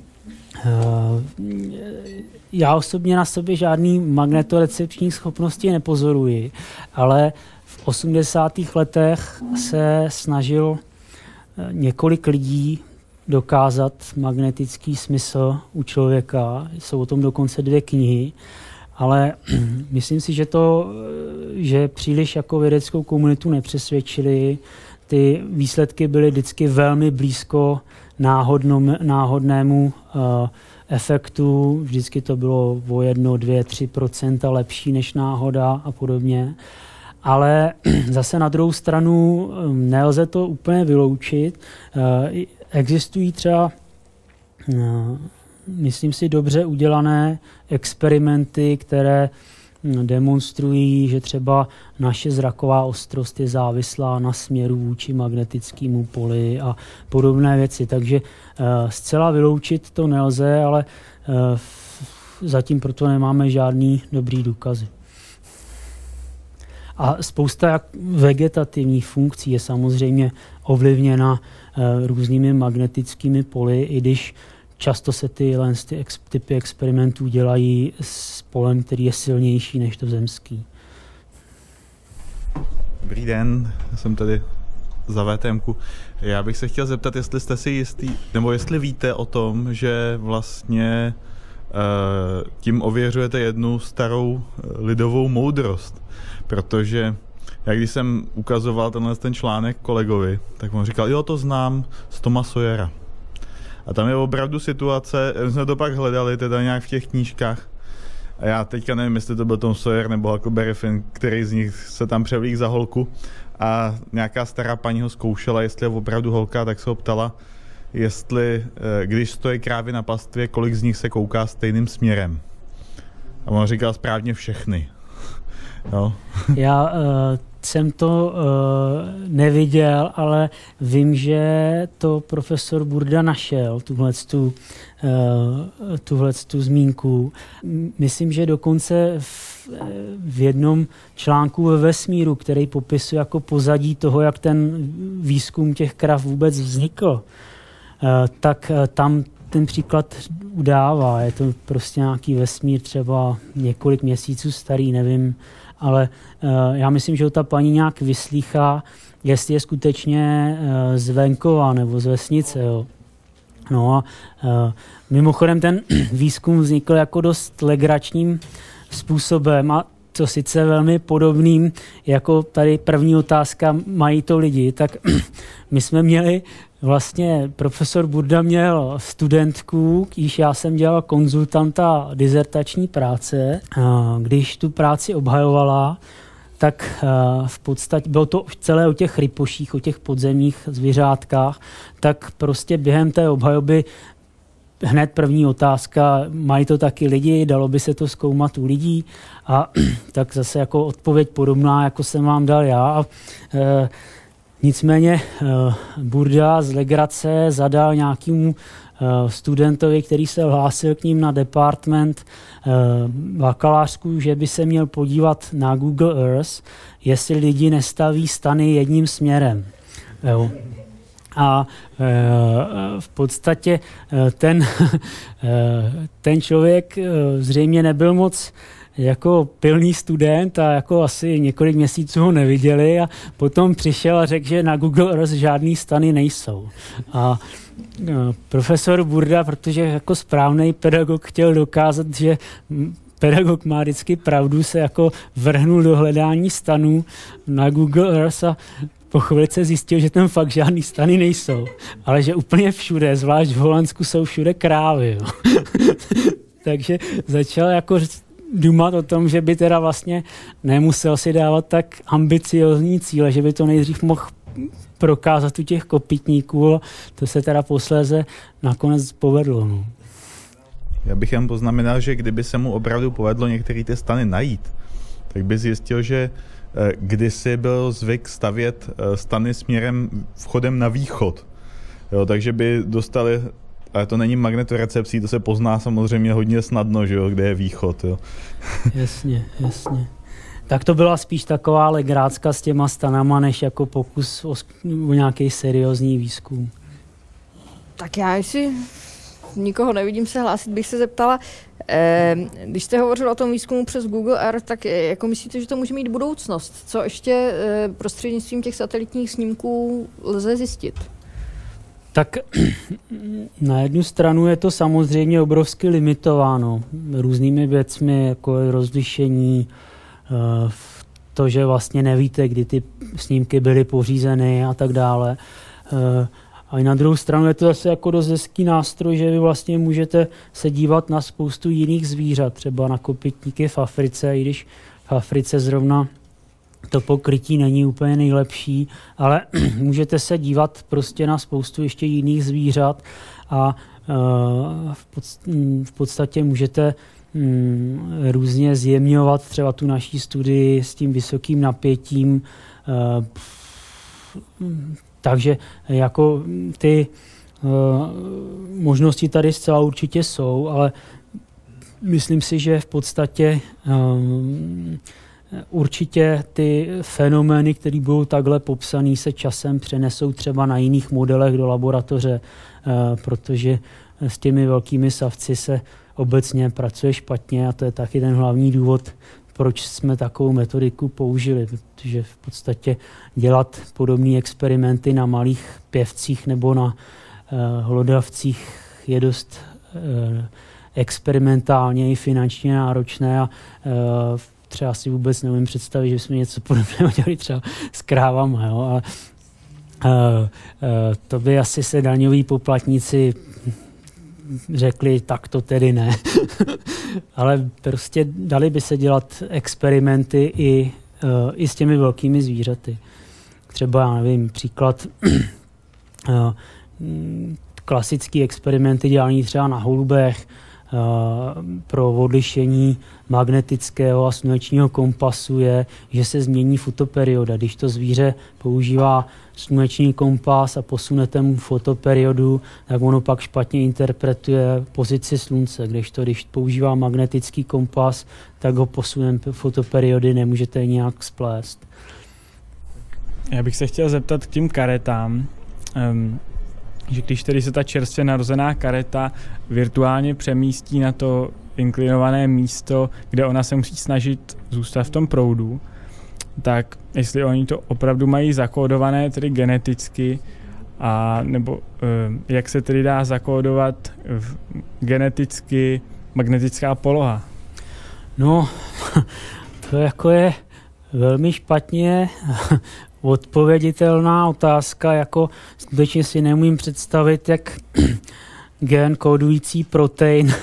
já osobně na sobě žádný magnetorecepční schopnosti nepozoruji, ale v osmdesátých letech se snažil několik lidí dokázat magnetický smysl u člověka. Jsou o tom dokonce dvě knihy, ale myslím si, že to, že příliš jako vědeckou komunitu nepřesvědčili. Ty výsledky byly vždycky velmi blízko náhodnom, náhodnému uh, efektu. Vždycky to bylo o jedno, dvě, tři procenta lepší než náhoda a podobně. Ale zase na druhou stranu nelze to úplně vyloučit. Existují třeba, myslím si, dobře udělané experimenty, které demonstrují, že třeba naše zraková ostrost je závislá na směru vůči magnetickému poli a podobné věci. Takže zcela vyloučit to nelze, ale zatím proto nemáme žádný dobrý důkazy. A spousta vegetativních funkcí je samozřejmě ovlivněna uh, různými magnetickými poli, i když často se ty, ty ex, typy experimentů dělají s polem, který je silnější než to zemský. Dobrý den, já jsem tady za V T M ku. Já bych se chtěl zeptat, jestli jste si jistý, nebo jestli víte o tom, že vlastně uh, tím ověřujete jednu starou lidovou moudrost. Protože jak když jsem ukazoval tenhle ten článek kolegovi, tak on říkal, jo, to znám z Toma Sawyera. A tam je opravdu situace, my jsme to pak hledali teda nějak v těch knížkách. A já teďka nevím, jestli to byl Tom Sawyer nebo Huckleberry Finn, který z nich se tam převlík za holku. A nějaká stará paní ho zkoušela, jestli je opravdu holka, tak se ho ptala, jestli, když stojí krávy na pastvě, kolik z nich se kouká stejným směrem. A on říkal správně všechny. No. Já uh, jsem to uh, neviděl, ale vím, že to profesor Burda našel, tuhletu, uh, tuhletu zmínku. Myslím, že dokonce v, v jednom článku ve Vesmíru, který popisuje jako pozadí toho, jak ten výzkum těch krav vůbec vznikl, uh, tak uh, tam ten příklad udává. Je to prostě nějaký vesmír, třeba několik měsíců starý, nevím, ale uh, já myslím, že ta paní nějak vyslýchá, jestli je skutečně uh, z venkova nebo z vesnice. Jo. No a uh, mimochodem ten výzkum vznikl jako dost legračním způsobem a to sice velmi podobným, jako tady první otázka, mají to lidi, tak my jsme měli vlastně, profesor Burda měl studentku, když já jsem dělal konzultanta dizertační práce. Když tu práci obhajovala, tak v podstatě bylo to celé o těch rypoších, o těch podzemních zvířátkách, tak prostě během té obhajoby hned první otázka, mají to taky lidi, dalo by se to zkoumat u lidí a tak zase jako odpověď podobná, jako jsem vám dal já. A, e, nicméně e, Burda z legrace zadal nějakému e, studentovi, který se hlásil k ním na department e, bakalářskou, že by se měl podívat na Google Earth, jestli lidi nestaví stany jedním směrem. Jo. A e, v podstatě ten, ten člověk zřejmě nebyl moc jako pilný student a jako asi několik měsíců ho neviděli a potom přišel a řekl, že na Google Earth žádný stany nejsou. A profesor Burda, protože jako správný pedagog chtěl dokázat, že pedagog má vždycky pravdu, se jako vrhnul do hledání stanů na Google Earth a po chvílice zjistil, že tam fakt žádný stany nejsou, ale že úplně všude, zvlášť v Holandsku, jsou všude krávy. Jo. Takže začal jako dumat o tom, že by teda vlastně nemusel si dávat tak ambiciozní cíle, že by to nejdřív mohl prokázat u těch kopytníků. To se teda posléze nakonec povedlo. No. Já bych jen poznamenal, že kdyby se mu opravdu povedlo některé ty stany najít, tak by zjistil, že kdysi byl zvyk stavět stany směrem vchodem na východ. Jo, takže by dostali, ale to není magnetorecepcí, to se pozná samozřejmě hodně snadno, že jo, kde je východ. Jo. Jasně, jasně. Tak to byla spíš taková legrácka s těma stanama, než jako pokus o, o nějaký seriózní výzkum. Tak já, jestli nikoho nevidím se hlásit, bych se zeptala, eh, když jste hovořil o tom výzkumu přes Google Earth, tak jako myslíte, že to může mít budoucnost? Co ještě eh, prostřednictvím těch satelitních snímků lze zjistit? Tak na jednu stranu je to samozřejmě obrovsky limitováno různými věcmi, jako je rozlišení, eh, to, že vlastně nevíte, kdy ty snímky byly pořízeny a tak dále. Eh, A i na druhou stranu je to zase jako dost hezký nástroj, že vy vlastně můžete se dívat na spoustu jiných zvířat, třeba na kopytníky v Africe, i když v Africe zrovna to pokrytí není úplně nejlepší, ale můžete se dívat prostě na spoustu ještě jiných zvířat a v podstatě můžete různě zjemňovat třeba tu naší studii s tím vysokým napětím. Takže jako ty uh, možnosti tady zcela určitě jsou, ale myslím si, že v podstatě um, určitě ty fenomény, které budou takhle popsané, se časem přenesou třeba na jiných modelech do laboratoře, uh, protože s těmi velkými savci se obecně pracuje špatně a to je taky ten hlavní důvod, proč jsme takovou metodiku použili, protože v podstatě dělat podobné experimenty na malých pěvcích nebo na uh, hlodavcích je dost uh, experimentálně i finančně náročné a uh, třeba si vůbec neumím představit, že jsme něco podobného dělali třeba s krávama. Jo? A, uh, uh, to by asi se daňoví poplatníci řekli, tak to tedy ne. Ale prostě dali by se dělat experimenty i, uh, i s těmi velkými zvířaty. Třeba, já nevím, příklad uh, klasický experimenty dělaný třeba na holubech uh, pro odlišení magnetického a slunečního kompasu je, že se změní fotoperioda. Když to zvíře používá sluneční kompas a posunete mu fotoperiodu, tak ono pak špatně interpretuje pozici slunce. Kdežto, když používá magnetický kompas, tak ho posunem fotoperiody nemůžete nějak splést. Já bych se chtěl zeptat k tím karetám, um, že když tedy se ta čerstvě narozená kareta virtuálně přemístí na to inklinované místo, kde ona se musí snažit zůstat v tom proudu, tak jestli oni to opravdu mají zakódované tedy geneticky, a nebo e, jak se tedy dá zakódovat v, geneticky magnetická poloha? No, to jako je velmi špatně odpověditelná otázka, jako skutečně si nemůžu představit, jak gen kódující protein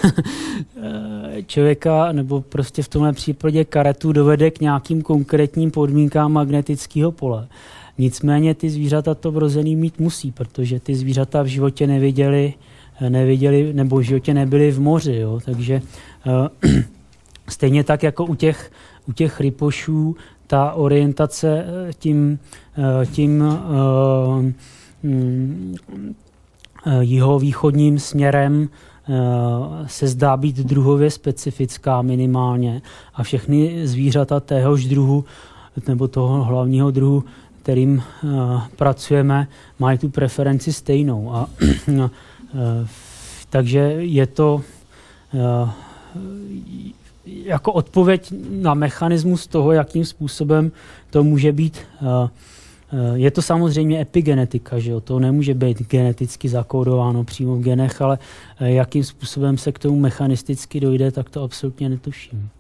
člověka, nebo prostě v tomhle případě karetu dovede k nějakým konkrétním podmínkám magnetického pole. Nicméně ty zvířata to vrozený mít musí, protože ty zvířata v životě neviděli neviděli nebo v životě nebyli v moři. Jo? Takže uh, stejně tak jako u těch, u těch rypošů ta orientace tím, tím uh, um, jihovýchodním směrem se zdá být druhově specifická minimálně a všechny zvířata téhož druhu nebo toho hlavního druhu, kterým uh, pracujeme, mají tu preferenci stejnou. A, uh, takže je to uh, jako odpověď na mechanismus toho, jakým způsobem to může být. Uh, Je to samozřejmě epigenetika, že jo? To nemůže být geneticky zakódováno přímo v genech, ale jakým způsobem se k tomu mechanisticky dojde, tak to absolutně netuším.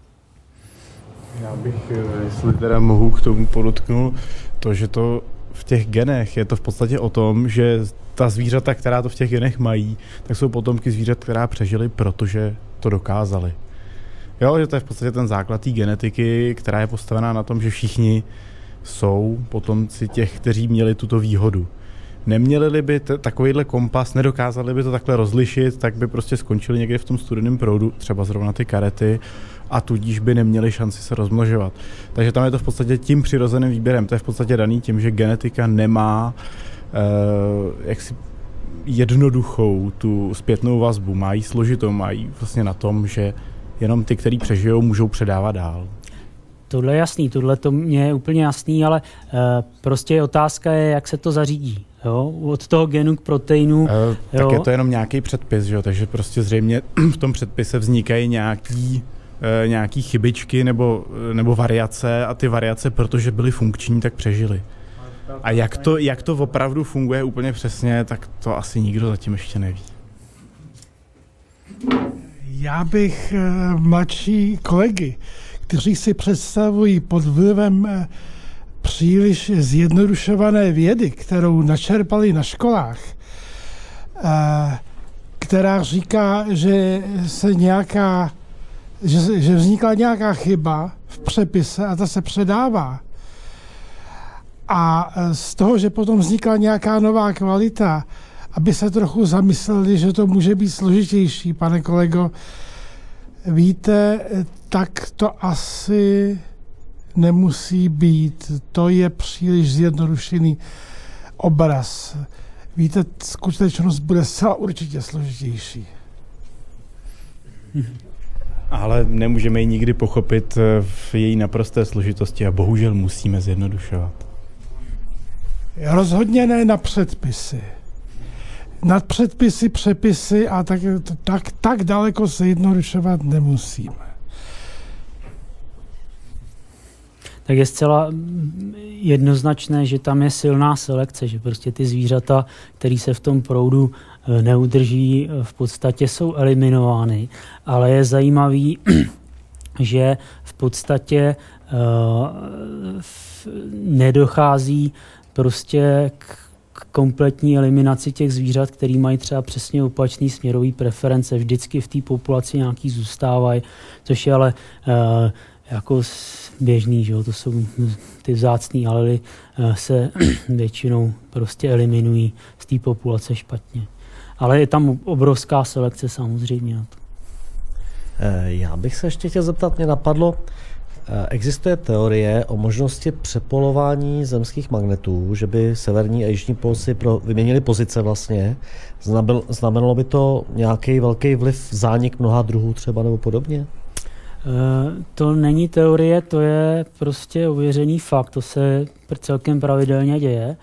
Já bych, jestli teda mohu k tomu podotknout, to, že to v těch genech je to v podstatě o tom, že ta zvířata, která to v těch genech mají, tak jsou potomky zvířat, která přežily, protože to dokázali. Jo, že to je v podstatě ten základ té genetiky, která je postavená na tom, že všichni jsou potomci těch, kteří měli tuto výhodu. Neměli by t- takovýhle kompas, nedokázali by to takhle rozlišit, tak by prostě skončili někde v tom studeném proudu, třeba zrovna ty karety, a tudíž by neměli šanci se rozmnožovat. Takže tam je to v podstatě tím přirozeným výběrem. To je v podstatě daný tím, že genetika nemá eh, jaksi jednoduchou tu zpětnou vazbu, mají složitou, mají vlastně na tom, že jenom ty, kteří přežijou, můžou předávat dál. Tohle je jasný, tohle to mě je úplně jasný, ale uh, prostě otázka je, jak se to zařídí. Jo? Od toho genu k proteinu. Uh, tak jo? Je to jenom nějaký předpis, že jo? Takže prostě zřejmě v tom předpise vznikají nějaký, uh, nějaký chybičky nebo, nebo variace a ty variace, protože byly funkční, tak přežily. A jak to, jak to opravdu funguje úplně přesně, tak to asi nikdo zatím ještě neví. Já bych uh, mladší kolegy, kteří si představují pod vlivem příliš zjednodušované vědy, kterou načerpali na školách, která říká, že se nějaká, že, že vznikla nějaká chyba v přepise a ta se předává. A z toho, že potom vznikla nějaká nová kvalita, aby se trochu zamysleli, že to může být složitější, pane kolego, víte, tak to asi nemusí být. To je příliš zjednodušený obraz. Víte, skutečnost bude zcela určitě složitější. Ale nemůžeme ji nikdy pochopit v její naprosté složitosti a bohužel musíme zjednodušovat. Rozhodně ne na předpisy. Nad předpisy, přepisy a tak, tak, tak daleko se jednodušovat nemusíme. Tak je zcela jednoznačné, že tam je silná selekce, že prostě ty zvířata, které se v tom proudu neudrží, v podstatě jsou eliminovány. Ale je zajímavý, že v podstatě uh, nedochází prostě k kompletní eliminaci těch zvířat, který mají třeba přesně opačný směrový preference. Vždycky v té populaci nějaký zůstávají, což je ale uh, jako běžný, že jo? To jsou ty vzácný alely uh, se většinou prostě eliminují z té populace špatně. Ale je tam obrovská selekce samozřejmě na to. Já bych se ještě chtěl zeptat, mě napadlo, existuje teorie o možnosti přepolování zemských magnetů, že by severní a jižní pól si pro, vyměnili pozice vlastně. Znamenalo by to nějaký velký vliv, zánik mnoha druhů třeba nebo podobně? To není teorie, to je prostě ověřený fakt, to se celkem pravidelně děje.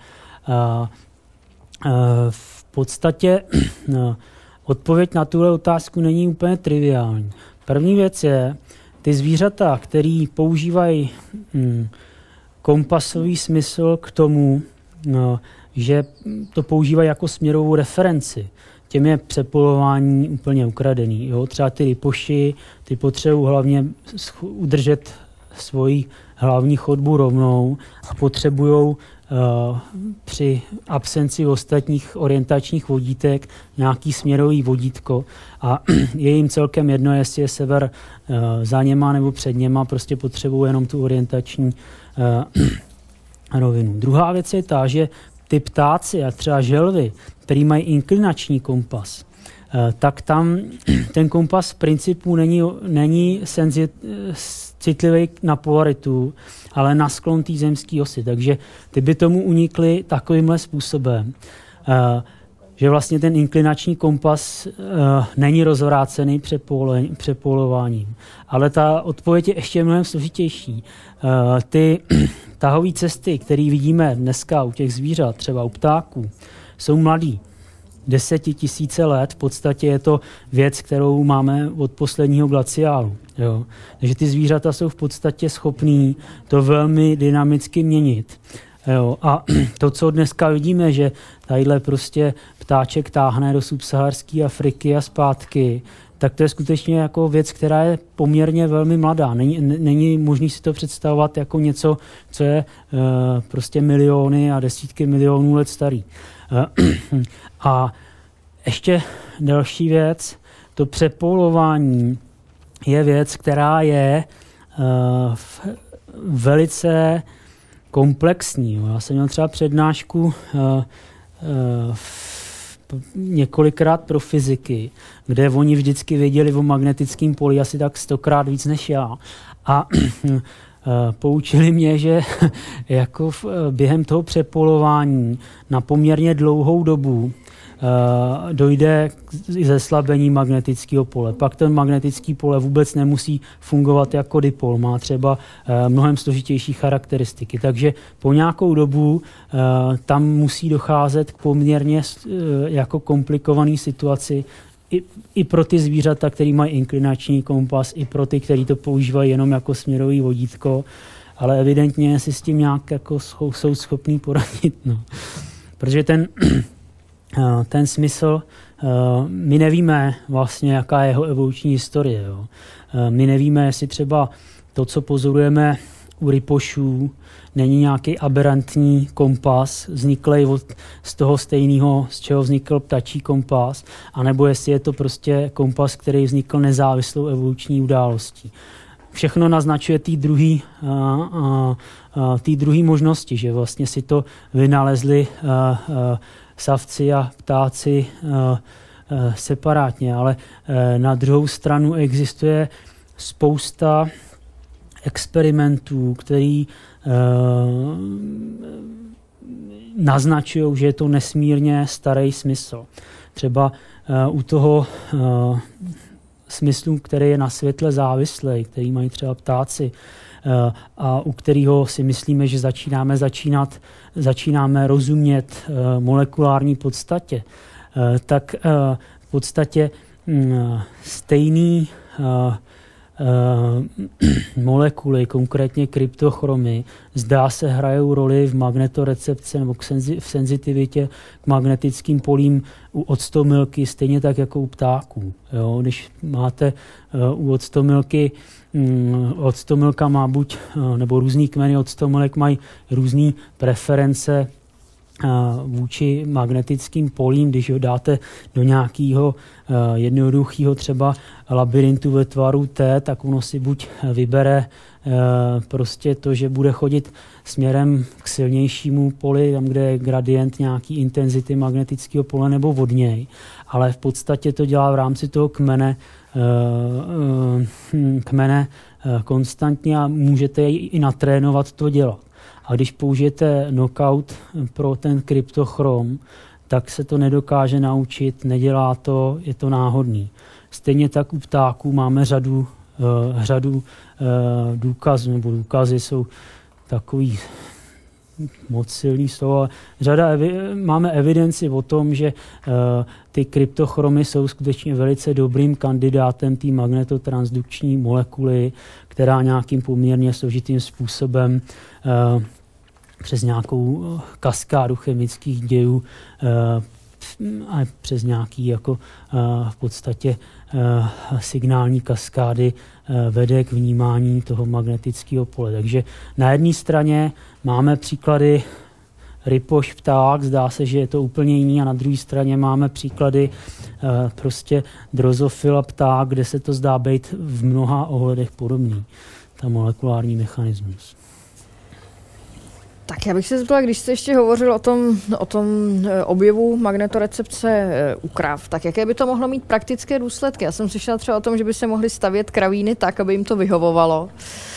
V podstatě odpověď na tuhle otázku není úplně triviální. První věc je, ty zvířata, který používají hm, kompasový smysl k tomu, no, že to používají jako směrovou referenci, těm je přepolování úplně ukradený. Jo? Třeba ty rypoši, ty potřebují hlavně udržet svoji hlavní chodbu rovnou a potřebují Uh, při absenci ostatních orientačních vodítek nějaký směrový vodítko a je jim celkem jedno, jestli je sever uh, za něma nebo před něma, prostě potřebují jenom tu orientační uh, rovinu. Druhá věc je ta, že ty ptáci a třeba želvy, který mají inklinační kompas, tak tam ten kompas v principu není, není senzi, citlivý na polaritu, ale na sklon té zemské osy. Takže ty by tomu unikly takovýmhle způsobem, že vlastně ten inklinační kompas není rozvrácený přepolováním. Ale ta odpověď je ještě mnohem složitější. Ty tahové cesty, které vidíme dneska u těch zvířat, třeba u ptáků, jsou mladý. Desetitisíce let, v podstatě je to věc, kterou máme od posledního glaciálu. Jo. Takže ty zvířata jsou v podstatě schopný to velmi dynamicky měnit. Jo. A to, co dneska vidíme, že tadyhle prostě ptáček táhne do subsaharské Afriky a zpátky, tak to je skutečně jako věc, která je poměrně velmi mladá. Není, není možné si to představovat jako něco, co je uh, prostě miliony a desítky milionů let starý. Uh, a ještě další věc, to přepolování je věc, která je uh, velice komplexní. Já jsem měl třeba přednášku uh, uh, několikrát pro fyziky, kde oni vždycky věděli o magnetickém poli asi tak stokrát víc než já. A poučili mě, že jako v, během toho přepolování na poměrně dlouhou dobu Uh, dojde k zeslabení magnetického pole. Pak ten magnetický pole vůbec nemusí fungovat jako dipol, má třeba uh, mnohem složitější charakteristiky. Takže po nějakou dobu uh, tam musí docházet k poměrně uh, jako komplikované situaci i, i pro ty zvířata, který mají inklinační kompas, i pro ty, kteří to používají jenom jako směrový vodítko, ale evidentně si s tím nějak jako jsou schopní poradit. No. Protože ten ten smysl, my nevíme vlastně, jaká je jeho evoluční historie. Jo. My nevíme, jestli třeba to, co pozorujeme u rypošů, není nějaký aberrantní kompas, vzniklý od, z toho stejného, z čeho vznikl ptačí kompas, anebo jestli je to prostě kompas, který vznikl nezávislou evoluční událostí. Všechno naznačuje té druhé té druhé možnosti, že vlastně si to vynalezli a, a, savci a ptáci uh, uh, separátně, ale uh, na druhou stranu existuje spousta experimentů, který uh, naznačují, že je to nesmírně starý smysl. Třeba uh, u toho uh, smyslu, který je na světle závislý, který mají třeba ptáci, uh, a u kterého si myslíme, že začínáme začínat začínáme rozumět uh, molekulární podstatě, uh, tak uh, v podstatě uh, stejný uh, uh, molekuly, konkrétně kryptochromy, zdá se hrajou roli v magnetorecepci nebo k senzi- v senzitivitě k magnetickým polím u octomilky, stejně tak jako u ptáků. Jo? Když máte uh, u octomilky octomilka má buď, nebo různý kmeny octomilek mají různé preference vůči magnetickým polím, když ho dáte do nějakého jednoduchého třeba labirintu ve tvaru T, tak ono si buď vybere prostě to, že bude chodit směrem k silnějšímu poli, tam, kde je gradient nějaký intenzity magnetického pole, nebo od něj. Ale v podstatě to dělá v rámci toho kmene kmene konstantně a můžete jej i natrénovat to dělat. A když použijete knockout pro ten kryptochrom, tak se to nedokáže naučit, nedělá to, je to náhodný. Stejně tak u ptáků máme řadu, uh, řadu uh, důkazů, nebo důkazy jsou takový moc silný slovo. Řada evi- máme evidenci o tom, že uh, ty kryptochromy jsou skutečně velice dobrým kandidátem té magnetotransdukční molekuly, která nějakým poměrně složitým způsobem uh, přes nějakou kaskádu chemických dějů uh, a přes nějaký jako uh, v podstatě uh, signální kaskády uh, vede k vnímání toho magnetického pole. Takže na jedné straně máme příklady rypoš pták, zdá se, že je to úplně jiný, a na druhé straně máme příklady uh, prostě drozofila pták, kde se to zdá být v mnoha ohledech podobný, ta molekulární mechanismus. Tak Já bych se zeptala, když jste ještě hovořil o tom, o tom objevu magnetorecepce u krav, tak jaké by to mohlo mít praktické důsledky? Já jsem slyšela třeba o tom, že by se mohly stavět kravíny tak, aby jim to vyhovovalo.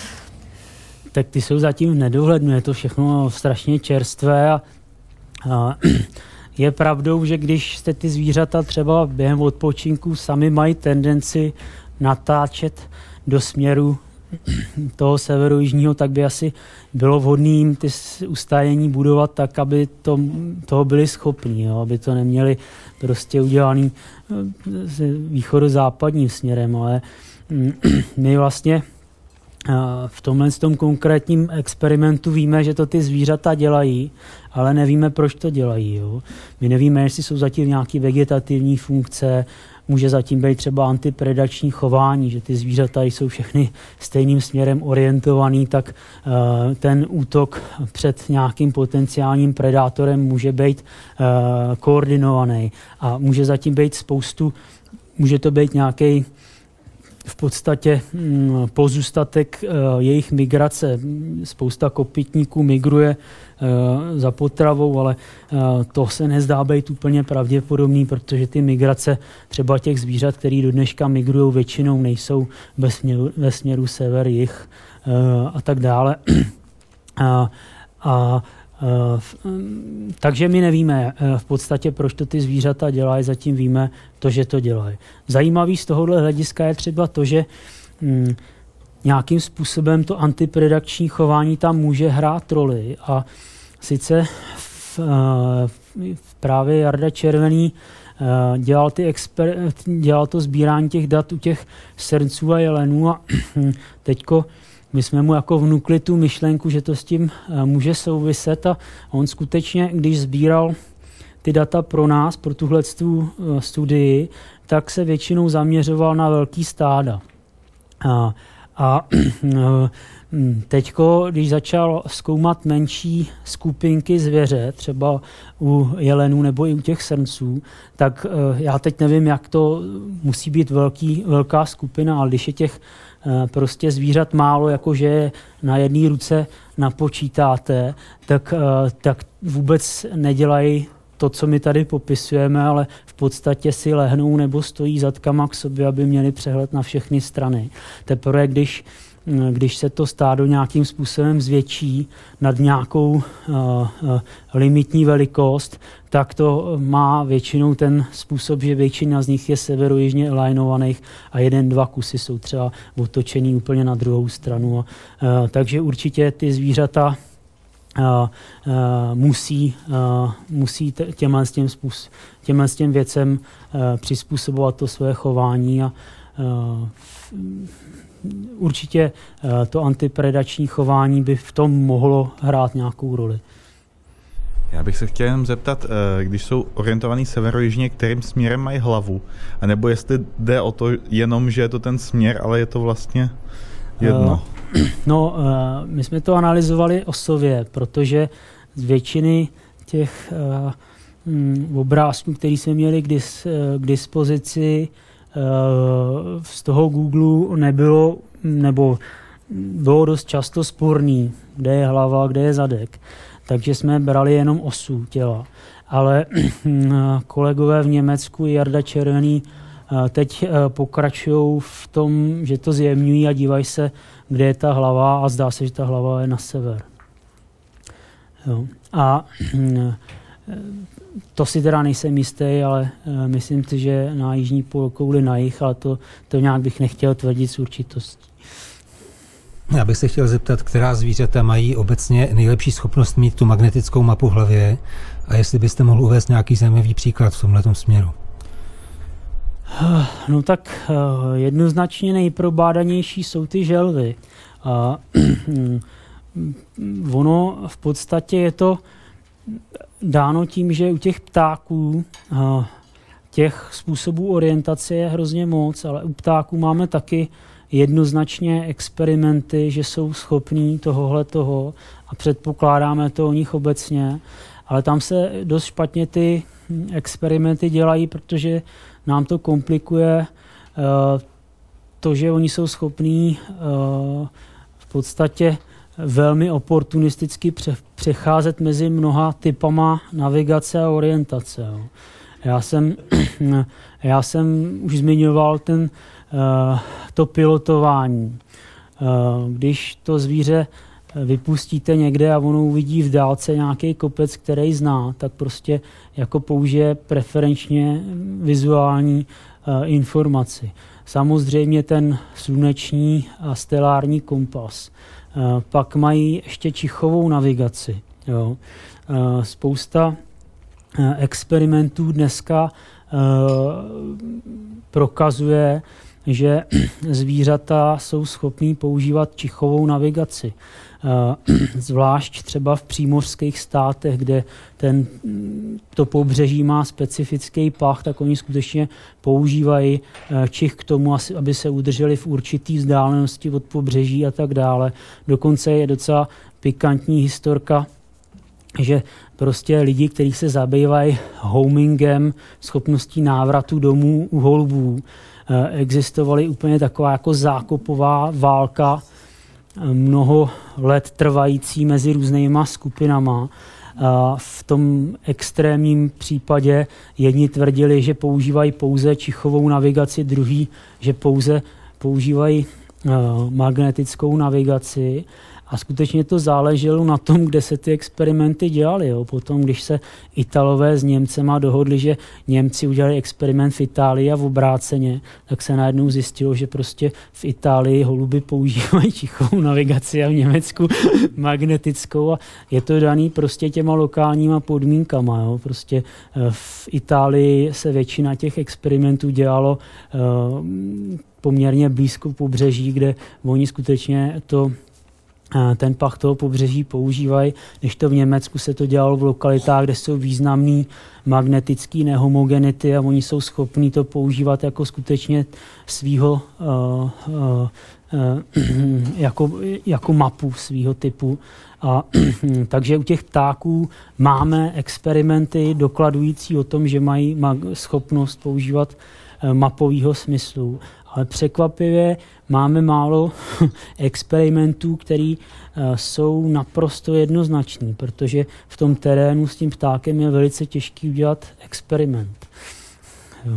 Tak ty jsou zatím v nedohlednu, je to všechno strašně čerstvé a, a je pravdou, že když jste ty zvířata třeba během odpočinku sami mají tendenci natáčet do směru toho severojižního, tak by asi bylo vhodné jim ty ustájení budovat tak, aby to, toho byli schopní, jo? Aby to neměli prostě udělaný východozápadním směrem, ale my vlastně v tomhle tom konkrétním experimentu víme, že to ty zvířata dělají, ale nevíme, proč to dělají. Jo? My nevíme, jestli jsou zatím nějaké vegetativní funkce, může zatím být třeba antipredační chování, že ty zvířata jsou všechny stejným směrem orientovaný, tak uh, ten útok před nějakým potenciálním predátorem může být uh, koordinovaný a může zatím být spoustu, může to být nějaký v podstatě mm, pozůstatek uh, jejich migrace. Spousta kopytníků migruje uh, za potravou, ale uh, to se nezdá být úplně pravděpodobný, protože ty migrace třeba těch zvířat, který do dneška migrují, většinou nejsou ve směru, ve směru sever-jih uh, a tak dále. a, a Uh, takže my nevíme uh, v podstatě, proč to ty zvířata dělají, zatím víme to, že to dělají. Zajímavý z tohohle hlediska je třeba to, že um, nějakým způsobem to antipredační chování tam může hrát roli a sice v, uh, v právě Jarda Červený uh, dělal, ty exper- dělal to sbírání těch dat u těch srnců a jelenů a teďko my jsme mu jako vnukli tu myšlenku, že to s tím může souviset a on skutečně, když sbíral ty data pro nás, pro tuhle studii, tak se většinou zaměřoval na velký stáda. A, a teďko, když začal zkoumat menší skupinky zvěře, třeba u jelenů nebo i u těch srnců, tak já teď nevím, jak to musí být velký, velká skupina, ale když je těch prostě zvířat málo, jakože na jedné ruce napočítáte, tak, tak vůbec nedělají to, co my tady popisujeme, ale v podstatě si lehnou nebo stojí zadkama k sobě, aby měli přehled na všechny strany. Teprve, když, když se to stádo nějakým způsobem zvětší nad nějakou uh, uh, limitní velikost, tak to má většinou ten způsob, že většina z nich je severojižně alignovaných a jeden, dva kusy jsou třeba otočený úplně na druhou stranu. Uh, takže určitě ty zvířata Uh, uh, musí, uh, musí těmhle s těm, způsob, těmhle s těm věcem uh, přizpůsobovat to své chování a uh, určitě uh, to antipredační chování by v tom mohlo hrát nějakou roli. Já bych se chtěl jenom zeptat, když jsou orientovaný severojižně, kterým směrem mají hlavu, anebo jestli jde o to jenom, že je to ten směr, ale je to vlastně jedno. Uh, No, my jsme to analyzovali osově, protože z většiny těch obrázků, které jsme měli k, dis, k dispozici z toho Google, nebylo, nebo bylo dost často sporný, kde je hlava, kde je zadek. Takže jsme brali jenom osu těla. Ale kolegové v Německu, Jarda Červený, teď pokračují v tom, že to zjemňují a dívají se, kde je ta hlava a zdá se, že ta hlava je na sever. Jo. A to si teda nejsem jistý, ale myslím si, že na jižní polokouli na jih, ale to, to nějak bych nechtěl tvrdit s určitostí. Já bych se chtěl zeptat, která zvířata mají obecně nejlepší schopnost mít tu magnetickou mapu v hlavě a jestli byste mohl uvést nějaký zajímavý příklad v tomhletom směru. No tak jednoznačně nejprobádanější jsou ty želvy. A ono v podstatě je to dáno tím, že u těch ptáků těch způsobů orientace je hrozně moc, ale u ptáků máme taky jednoznačně experimenty, že jsou schopní tohohle toho a předpokládáme to o nich obecně, ale tam se dost špatně ty experimenty dělají, protože nám to komplikuje uh, to, že oni jsou schopní uh, v podstatě velmi oportunisticky přecházet mezi mnoha typama navigace a orientace. Jo. Já jsem, já jsem už zmiňoval ten, to pilotování. Když to zvíře vypustíte někde a ono uvidí v dálce nějaký kopec, který zná, tak prostě jako použije preferenčně vizuální informaci. Samozřejmě ten sluneční a stelární kompas. Pak mají ještě čichovou navigaci. Jo. Spousta experimentů dneska prokazuje, že zvířata jsou schopní používat čichovou navigaci. Zvlášť třeba v přímořských státech, kde ten, to pobřeží má specifický pach, tak oni skutečně používají čich k tomu, aby se udrželi v určitý vzdálenosti od pobřeží a tak dále. Dokonce je docela pikantní historka, že prostě lidi, kteří se zabývají homingem, schopností návratu domů u holubů, existovaly úplně taková jako zákopová válka, mnoho let trvající mezi různýma skupinama. V tom extrémním případě jedni tvrdili, že používají pouze čichovou navigaci, druhý, že pouze používají magnetickou navigaci. A skutečně to záleželo na tom, kde se ty experimenty dělaly. Jo. Potom, když se Italové s Němcema dohodli, že Němci udělali experiment v Itálii a v obráceně, tak se najednou zjistilo, že prostě v Itálii holuby používají čichovou navigaci a v Německu magnetickou. A je to daný prostě těma lokálníma podmínkama. Jo. Prostě v Itálii se většina těch experimentů dělalo uh, poměrně blízko pobřeží, kde oni skutečně to ten pach toho pobřeží používají, než to v Německu se to dělalo v lokalitách, kde jsou významné magnetické nehomogenity a oni jsou schopní to používat jako skutečně svýho uh, uh, uh, jako, jako mapu svýho typu. A, takže u těch ptáků máme experimenty dokladující o tom, že mají schopnost používat uh, mapového smyslu. Ale překvapivě máme málo experimentů, které uh, jsou naprosto jednoznační, protože v tom terénu s tím ptákem je velice těžký udělat experiment. Jo.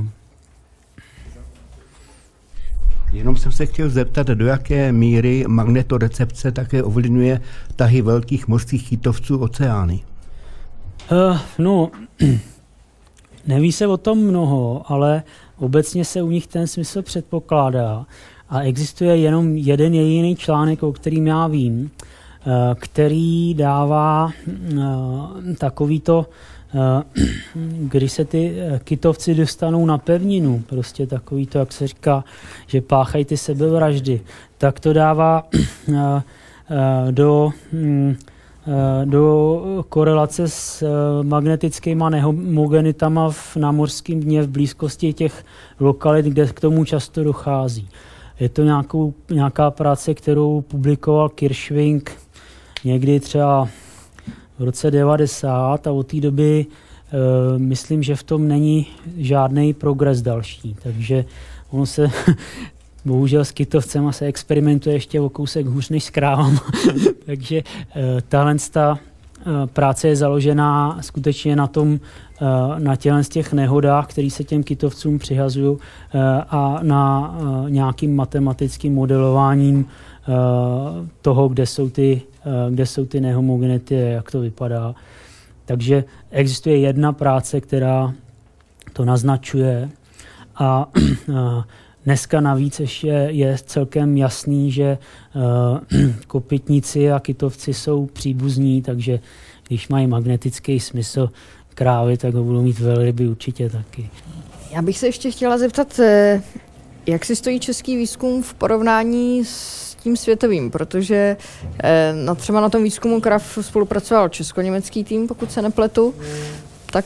Jenom jsem se chtěl zeptat, do jaké míry magnetorecepce také ovlivňuje tahy velkých mořských chytovců oceány. Uh, no, neví se o tom mnoho, ale obecně se u nich ten smysl předpokládá a existuje jenom jeden jediný článek, o kterým já vím, který dává takovýto, když se ty kytovci dostanou na pevninu, prostě takovýto, jak se říká, že páchají ty sebevraždy, tak to dává do do korelace s magnetickými nehomogenitama v námořském dně v blízkosti těch lokalit, kde k tomu často dochází. Je to nějakou, nějaká práce, kterou publikoval Kirschwing někdy třeba v roce devadesát a od té doby e, myslím, že v tom není žádný progres další. Takže ono se bohužel s kytovcema se experimentuje ještě o kousek hůř než s krávama. Takže e, tahle ta e, práce je založená skutečně na tom, e, na těchto z těch nehodách, které se těm kytovcům přihazují e, a na e, nějakým matematickým modelováním e, toho, kde jsou ty, e, kde jsou ty nehomogenity, jak to vypadá. Takže existuje jedna práce, která to naznačuje a e, dneska navíc ještě je celkem jasný, že uh, kopytníci a kytovci jsou příbuzní, takže když mají magnetický smysl krávy, tak ho budou mít velryby určitě taky. Já bych se ještě chtěla zeptat, jak si stojí český výzkum v porovnání s tím světovým, protože na, třeba na tom výzkumu krav spolupracoval česko-německý tým, pokud se nepletu, tak...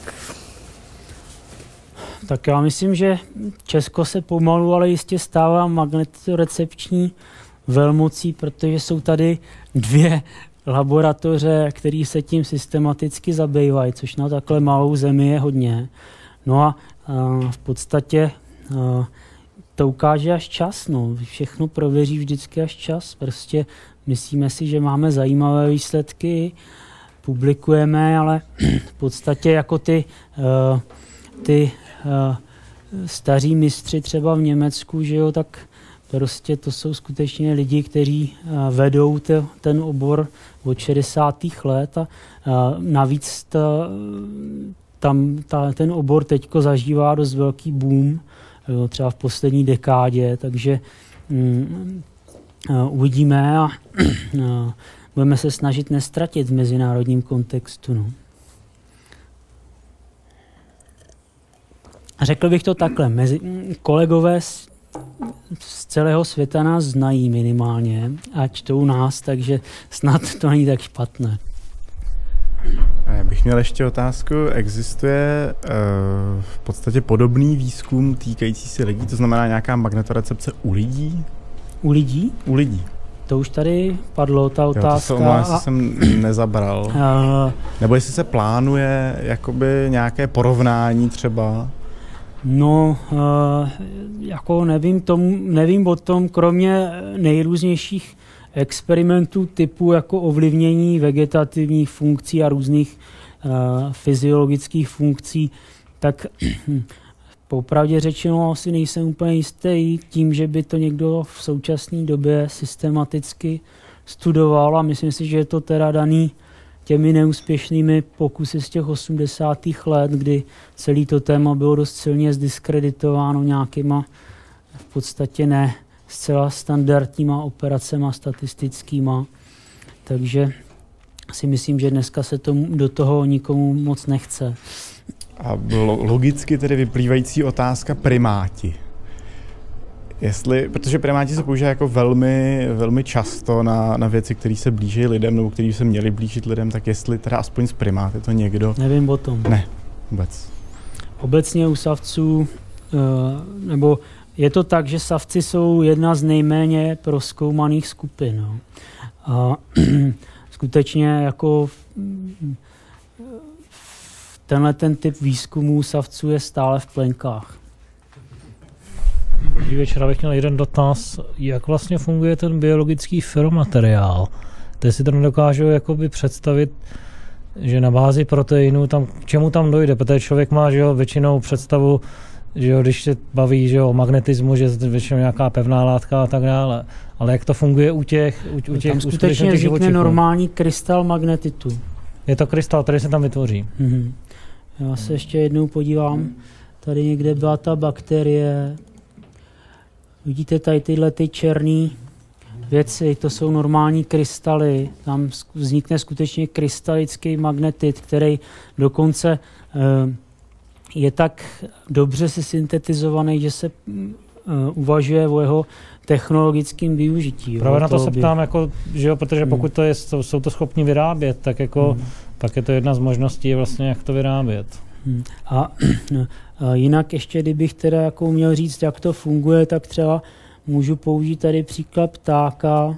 Tak já myslím, že Česko se pomalu, ale jistě stává magnetorecepční velmocí, protože jsou tady dvě laboratoře, které se tím systematicky zabývají, což na takhle malou zemi je hodně. No a, a v podstatě a, to ukáže až čas. No. Všechno prověří vždycky až čas. Prostě myslíme si, že máme zajímavé výsledky, publikujeme, ale v podstatě jako ty, uh, ty uh, staří mistři třeba v Německu, že jo, tak prostě to jsou skutečně lidi, kteří uh, vedou te, ten obor od šedesátých let a uh, navíc ta, tam ta, ten obor teďko zažívá dost velký boom, jo, třeba v poslední dekádě, takže um, uh, uvidíme a uh, budeme se snažit nestratit v mezinárodním kontextu. No. Řekl bych to takhle, mezi, kolegové z, z celého světa nás znají minimálně a čtou nás, takže snad to není tak špatné. Já bych měl ještě otázku. Existuje uh, v podstatě podobný výzkum týkající se lidí, to znamená nějaká magnetorecepce u lidí? U lidí? U lidí. To už tady padlo, ta otázka. Jo, to se omlouvám, jestli jsem nezabral. Uh, Nebo jestli se plánuje jakoby nějaké porovnání třeba? No, uh, jako nevím, tomu, nevím o tom, kromě nejrůznějších experimentů typu jako ovlivnění vegetativních funkcí a různých uh, fyziologických funkcí, tak popravdě řečeno asi nejsem úplně jistý tím, že by to někdo v současné době systematicky studoval a myslím si, že je to teda daný těmi neúspěšnými pokusy z těch osmdesátých let, kdy celý to téma bylo dost silně zdiskreditováno nějakýma v podstatě ne zcela standardníma operacema statistickýma. Takže si myslím, že dneska se tomu, do toho nikomu moc nechce. A logicky tedy vyplývající otázka primáti. Jestli, protože primáti se používají jako velmi, velmi často na, na věci, které se blíží lidem, nebo které se měly blížit lidem, tak jestli teda aspoň z primát je to někdo... Nevím o tom. Ne, vůbec. Obecně u savců, nebo je to tak, že savci jsou jedna z nejméně prozkoumaných skupin. No. A skutečně jako tenhle ten typ výzkumů savců je stále v plenkách. Dobrý večer, abych měl jeden dotaz. Jak vlastně funguje ten biologický filomateriál? Teď si to nedokážu jakoby představit, že na bázi proteinu tam, k čemu tam dojde, protože člověk má, že jo, většinou představu, že jo, když se baví, že jo, o magnetismu, že je většinou nějaká pevná látka a tak dále. Ale jak to funguje u těch, u, u těch tam skutečně vznikne živočichů? Normální krystal magnetitu. Je to krystal, který se tam vytvoří. Mm-hmm. Já se ještě jednou podívám. Tady někde byla ta bakterie. Vidíte tady tyhle ty černé věci, to jsou normální krystaly. Tam vznikne skutečně krystalický magnetit, který dokonce je tak dobře si syntetizovaný, že se uvažuje o jeho technologickým využití. Právě na to se ptám, jako, že jo, protože pokud to je, jsou to schopni vyrábět, tak jako hmm. pak je to jedna z možností vlastně, jak to vyrábět. Hmm. A, a jinak ještě, kdybych teda jako měl říct, jak to funguje, tak třeba můžu použít tady příklad ptáka.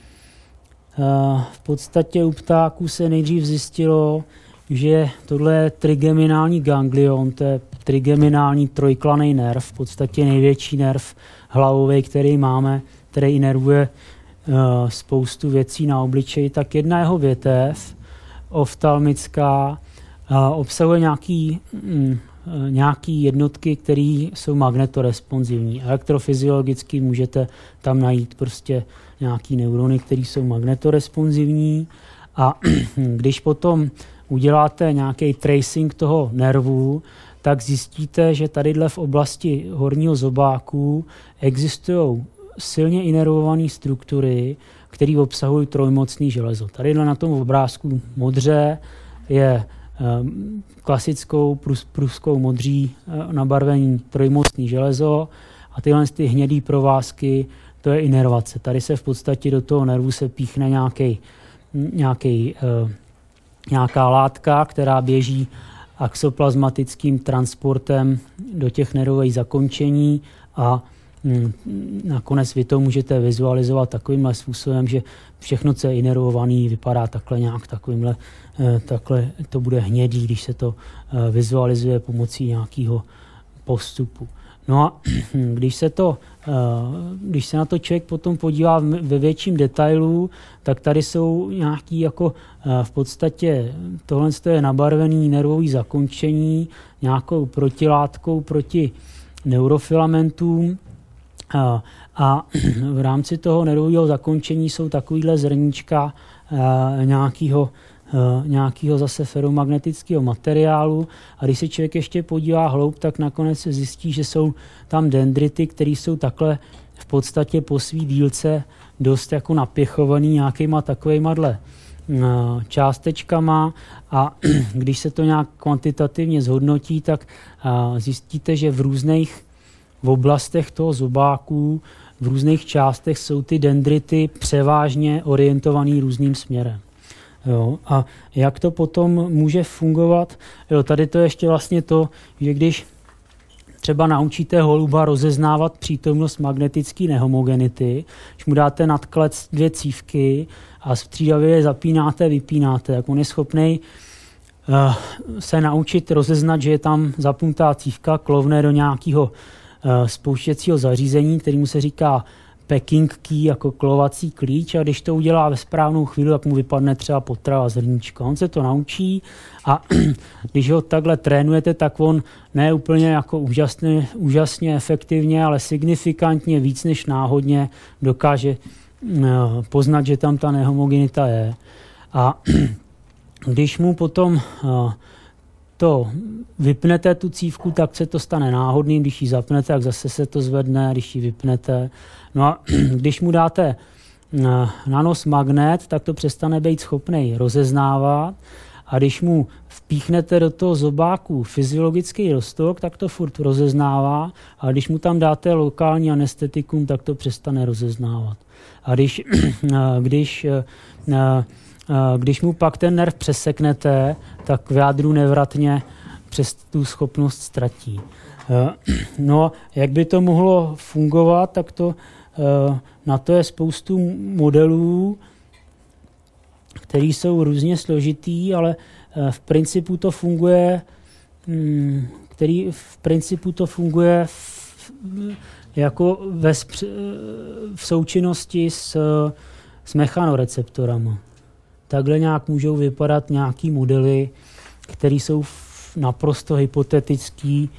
V podstatě u ptáků se nejdřív zjistilo, že tohle je trigeminální ganglion, to je trigeminální trojklaný nerv, v podstatě největší nerv hlavový, který máme, který inervuje uh, spoustu věcí na obličeji, tak jedna jeho větev, oftalmická, uh, obsahuje nějaký, um, nějaký jednotky, které jsou magnetoresponzivní. Elektrofyziologicky můžete tam najít prostě nějaký neurony, které jsou magnetoresponzivní a když potom uděláte nějaký tracing toho nervu, tak zjistíte, že tadyhle v oblasti horního zobáku existují silně inervované struktury, které obsahují trojmocný železo. Tadyhle na tom obrázku modře je um, klasickou prus, pruskou modří uh, nabarvení trojmocný železo a tyhle ty hnědý provázky, to je inervace. Tady se v podstatě do toho nervu se píchne nějaký, nějaký, uh, nějaká látka, která běží axoplazmatickým transportem do těch nervových zakončení a hm, nakonec vy to můžete vizualizovat takovýmhle způsobem, že všechno, co je inervovaný, vypadá takhle nějak takovýmhle, eh, takhle to bude hnědý, když se to eh, vizualizuje pomocí nějakého postupu. No a když se to, když se na to člověk potom podívá ve větším detailu, tak tady jsou nějaký jako v podstatě, tohle je nabarvený nervový zakončení nějakou protilátkou proti neurofilamentům a, a v rámci toho nervového zakončení jsou takovýhle zrníčka nějakého nějakého zase feromagnetického materiálu a když se člověk ještě podívá hloub, tak nakonec se zjistí, že jsou tam dendrity, které jsou takhle v podstatě po svý dílce dost jako napěchovaný nějakýma takovejma dle částečkama a když se to nějak kvantitativně zhodnotí, tak zjistíte, že v různých v oblastech toho zobáku, v různých částech jsou ty dendrity převážně orientovaný různým směrem. Jo, a jak to potom může fungovat? Jo, tady to je ještě vlastně to, že když třeba naučíte holuba rozeznávat přítomnost magnetické nehomogenity, když mu dáte nad klec dvě cívky a střídavě je zapínáte, vypínáte, jak on je schopný uh, se naučit rozeznat, že je tam zapnutá cívka, klovne do nějakého uh, spouštěcího zařízení, kterému se říká packing key, jako klovací klíč, a když to udělá ve správnou chvíli, tak mu vypadne třeba potrava zrníčko. On se to naučí a když ho takhle trénujete, tak on ne úplně jako úžasně, úžasně efektivně, ale signifikantně víc než náhodně dokáže poznat, že tam ta nehomogenita je. A když mu potom to vypnete tu cívku, tak se to stane náhodným, když ji zapnete, tak zase se to zvedne, když ji vypnete. No a když mu dáte na nos magnet, tak to přestane být schopný rozeznávat a když mu vpíchnete do toho zobáku fyziologický roztok, tak to furt rozeznává a když mu tam dáte lokální anestetikum, tak to přestane rozeznávat. A když, když Když mu pak ten nerv přeseknete, tak v jádru nevratně přes tu schopnost ztratí. No, jak by to mohlo fungovat, tak to, na to je spoustu modelů, které jsou různě složitý, ale v principu to funguje, který v principu to funguje v, jako ve, v součinnosti s, s mechanoreceptorama. Takhle nějak můžou vypadat nějaký modely, které jsou naprosto hypotetický.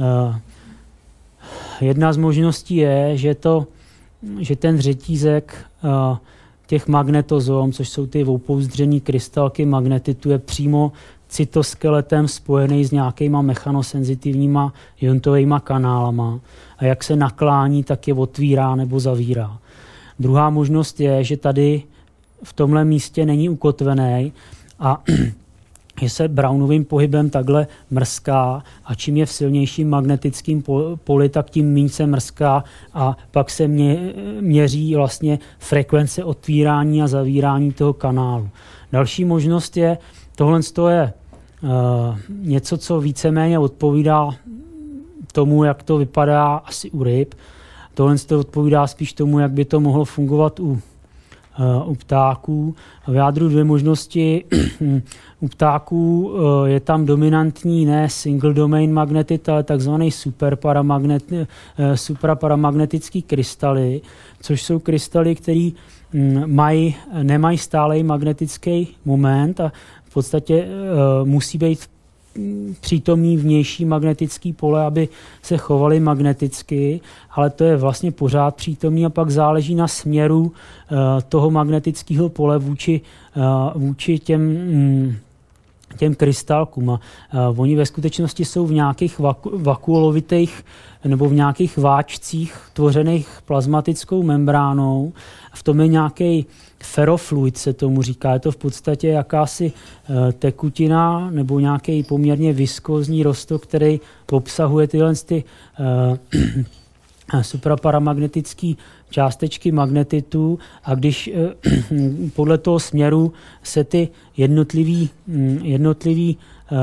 Jedna z možností je, že, to, že ten řetízek těch magnetozom, což jsou ty opouzdřený krystalky magnetitu, je přímo cytoskeletem spojený s nějakýma mechanosenzitivníma iontovými kanálama. A jak se naklání, tak je otvírá nebo zavírá. Druhá možnost je, že tady v tomhle místě není ukotvený a že se Brownovým pohybem takhle mrská a čím je v silnějším magnetickém poli, tak tím méně se mrská a pak se mě, měří vlastně frekvence otvírání a zavírání toho kanálu. Další možnost je, tohle je uh, něco, co víceméně odpovídá tomu, jak to vypadá asi u ryb. Tohle odpovídá spíš tomu, jak by to mohlo fungovat u u ptáků. V jádru dvě možnosti. U ptáků je tam dominantní ne single domain magnetit, ale takzvaný superparamagnet, supraparamagnetický krystaly, což jsou krystaly, které mají, nemají stálej magnetický moment a v podstatě musí být přítomný vnější magnetický pole, aby se chovaly magneticky, ale to je vlastně pořád přítomný a pak záleží na směru uh, toho magnetického pole vůči, uh, vůči těm, um, těm krystalkům. A uh, oni ve skutečnosti jsou v nějakých vaku, vakuolovitých nebo v nějakých váčcích tvořených plazmatickou membránou. V tom je nějaký ferofluid, se tomu říká. Je to v podstatě jakási tekutina nebo nějaký poměrně viskózní roztok, který obsahuje tyhle ty, uh, supraparamagnetické částečky magnetitu a když podle toho směru se ty jednotlivý, jednotlivý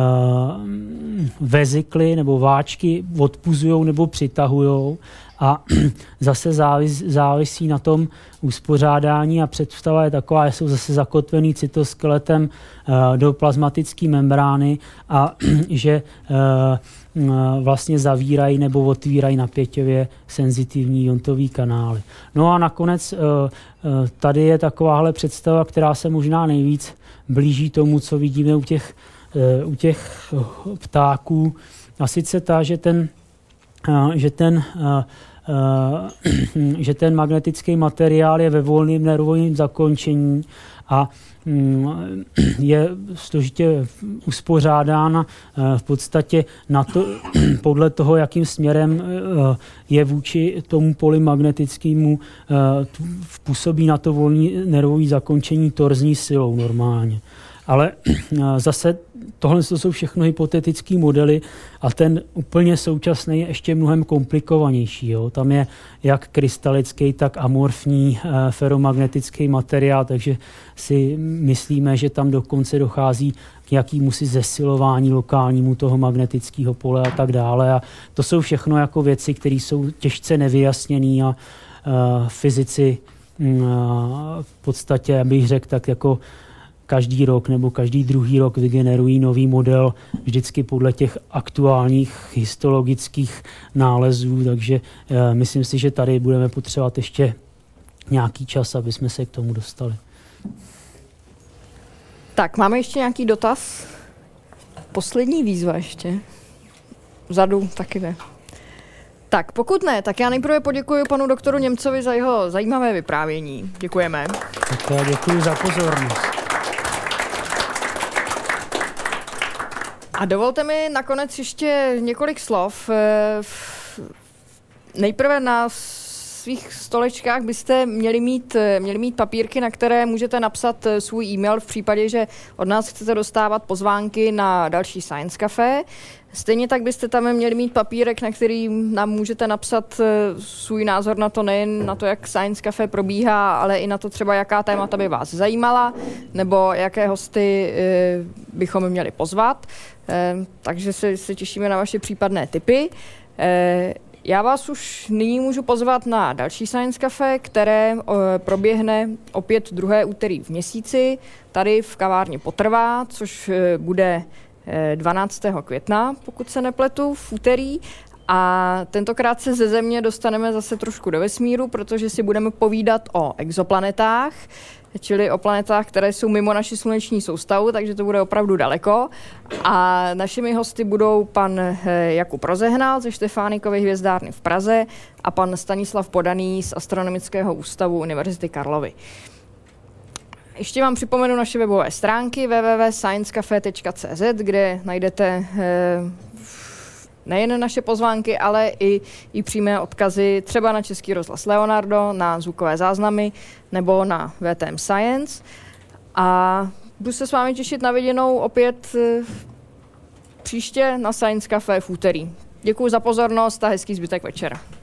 vezikly nebo váčky odpuzujou nebo přitahujou a zase závis, závisí na tom uspořádání a představa je taková, že jsou zase zakotvený cytoskeletem uh, do plazmatické membrány a že uh, vlastně zavírají nebo otvírají napěťově senzitivní iontový kanály. No a nakonec uh, uh, tady je takováhle představa, která se možná nejvíc blíží tomu, co vidíme u těch, uh, u těch ptáků. A sice ta, že ten, uh, že ten uh, Uh, že ten magnetický materiál je ve volném nervovém zakončení a um, je složitě uspořádán uh, v podstatě na to, podle toho, jakým směrem uh, je vůči tomu poli magnetickému uh, působí na to volné nervové zakončení torzní silou normálně. Ale zase tohle jsou všechno hypotetické modely a ten úplně současný je ještě mnohem komplikovanější. Jo. Tam je jak krystalický, tak amorfní e, feromagnetický materiál, takže si myslíme, že tam dokonce dochází k jakýmu si zesilování lokálnímu toho magnetického pole a tak dále. A to jsou všechno jako věci, které jsou těžce nevyjasněné a e, fyzici m, a v podstatě, abych řekl, tak jako každý rok nebo každý druhý rok vygenerují nový model vždycky podle těch aktuálních histologických nálezů, takže e, myslím si, že tady budeme potřebovat ještě nějaký čas, aby jsme se k tomu dostali. Tak, máme ještě nějaký dotaz? Poslední výzva ještě. Vzadu taky ne. Tak, pokud ne, tak já nejprve poděkuji panu doktoru Němcovi za jeho zajímavé vyprávění. Děkujeme. Tak já děkuji za pozornost. A dovolte mi nakonec ještě několik slov. Nejprve na svých stolečkách byste měli mít, měli mít papírky, na které můžete napsat svůj e-mail v případě, že od nás chcete dostávat pozvánky na další Science Café. Stejně tak byste tam měli mít papírek, na který nám můžete napsat svůj názor na to, nejen na to, jak Science Café probíhá, ale i na to třeba, jaká témata by vás zajímala, nebo jaké hosty bychom měli pozvat. Takže se, se těšíme na vaše případné tipy. Já vás už nyní můžu pozvat na další Science Café, které proběhne opět druhé úterý v měsíci, tady v kavárně Potrvá, což bude dvanáctého května, pokud se nepletu, v úterý. A tentokrát se ze Země dostaneme zase trošku do vesmíru, protože si budeme povídat o exoplanetách, čili o planetách, které jsou mimo naši sluneční soustavu, takže to bude opravdu daleko. A našimi hosty budou pan Jakub Rozehnal ze Štefánikovy hvězdárny v Praze a pan Stanislav Podaný z Astronomického ústavu Univerzity Karlovy. Ještě vám připomenu naše webové stránky w w w tečka science cafe tečka c z, kde najdete nejen naše pozvánky, ale i, i přímé odkazy třeba na Český rozhlas Leonardo, na zvukové záznamy nebo na V T M Science. A budu se s vámi těšit na viděnou opět příště na Science Café v úterý. Děkuji za pozornost a hezký zbytek večera.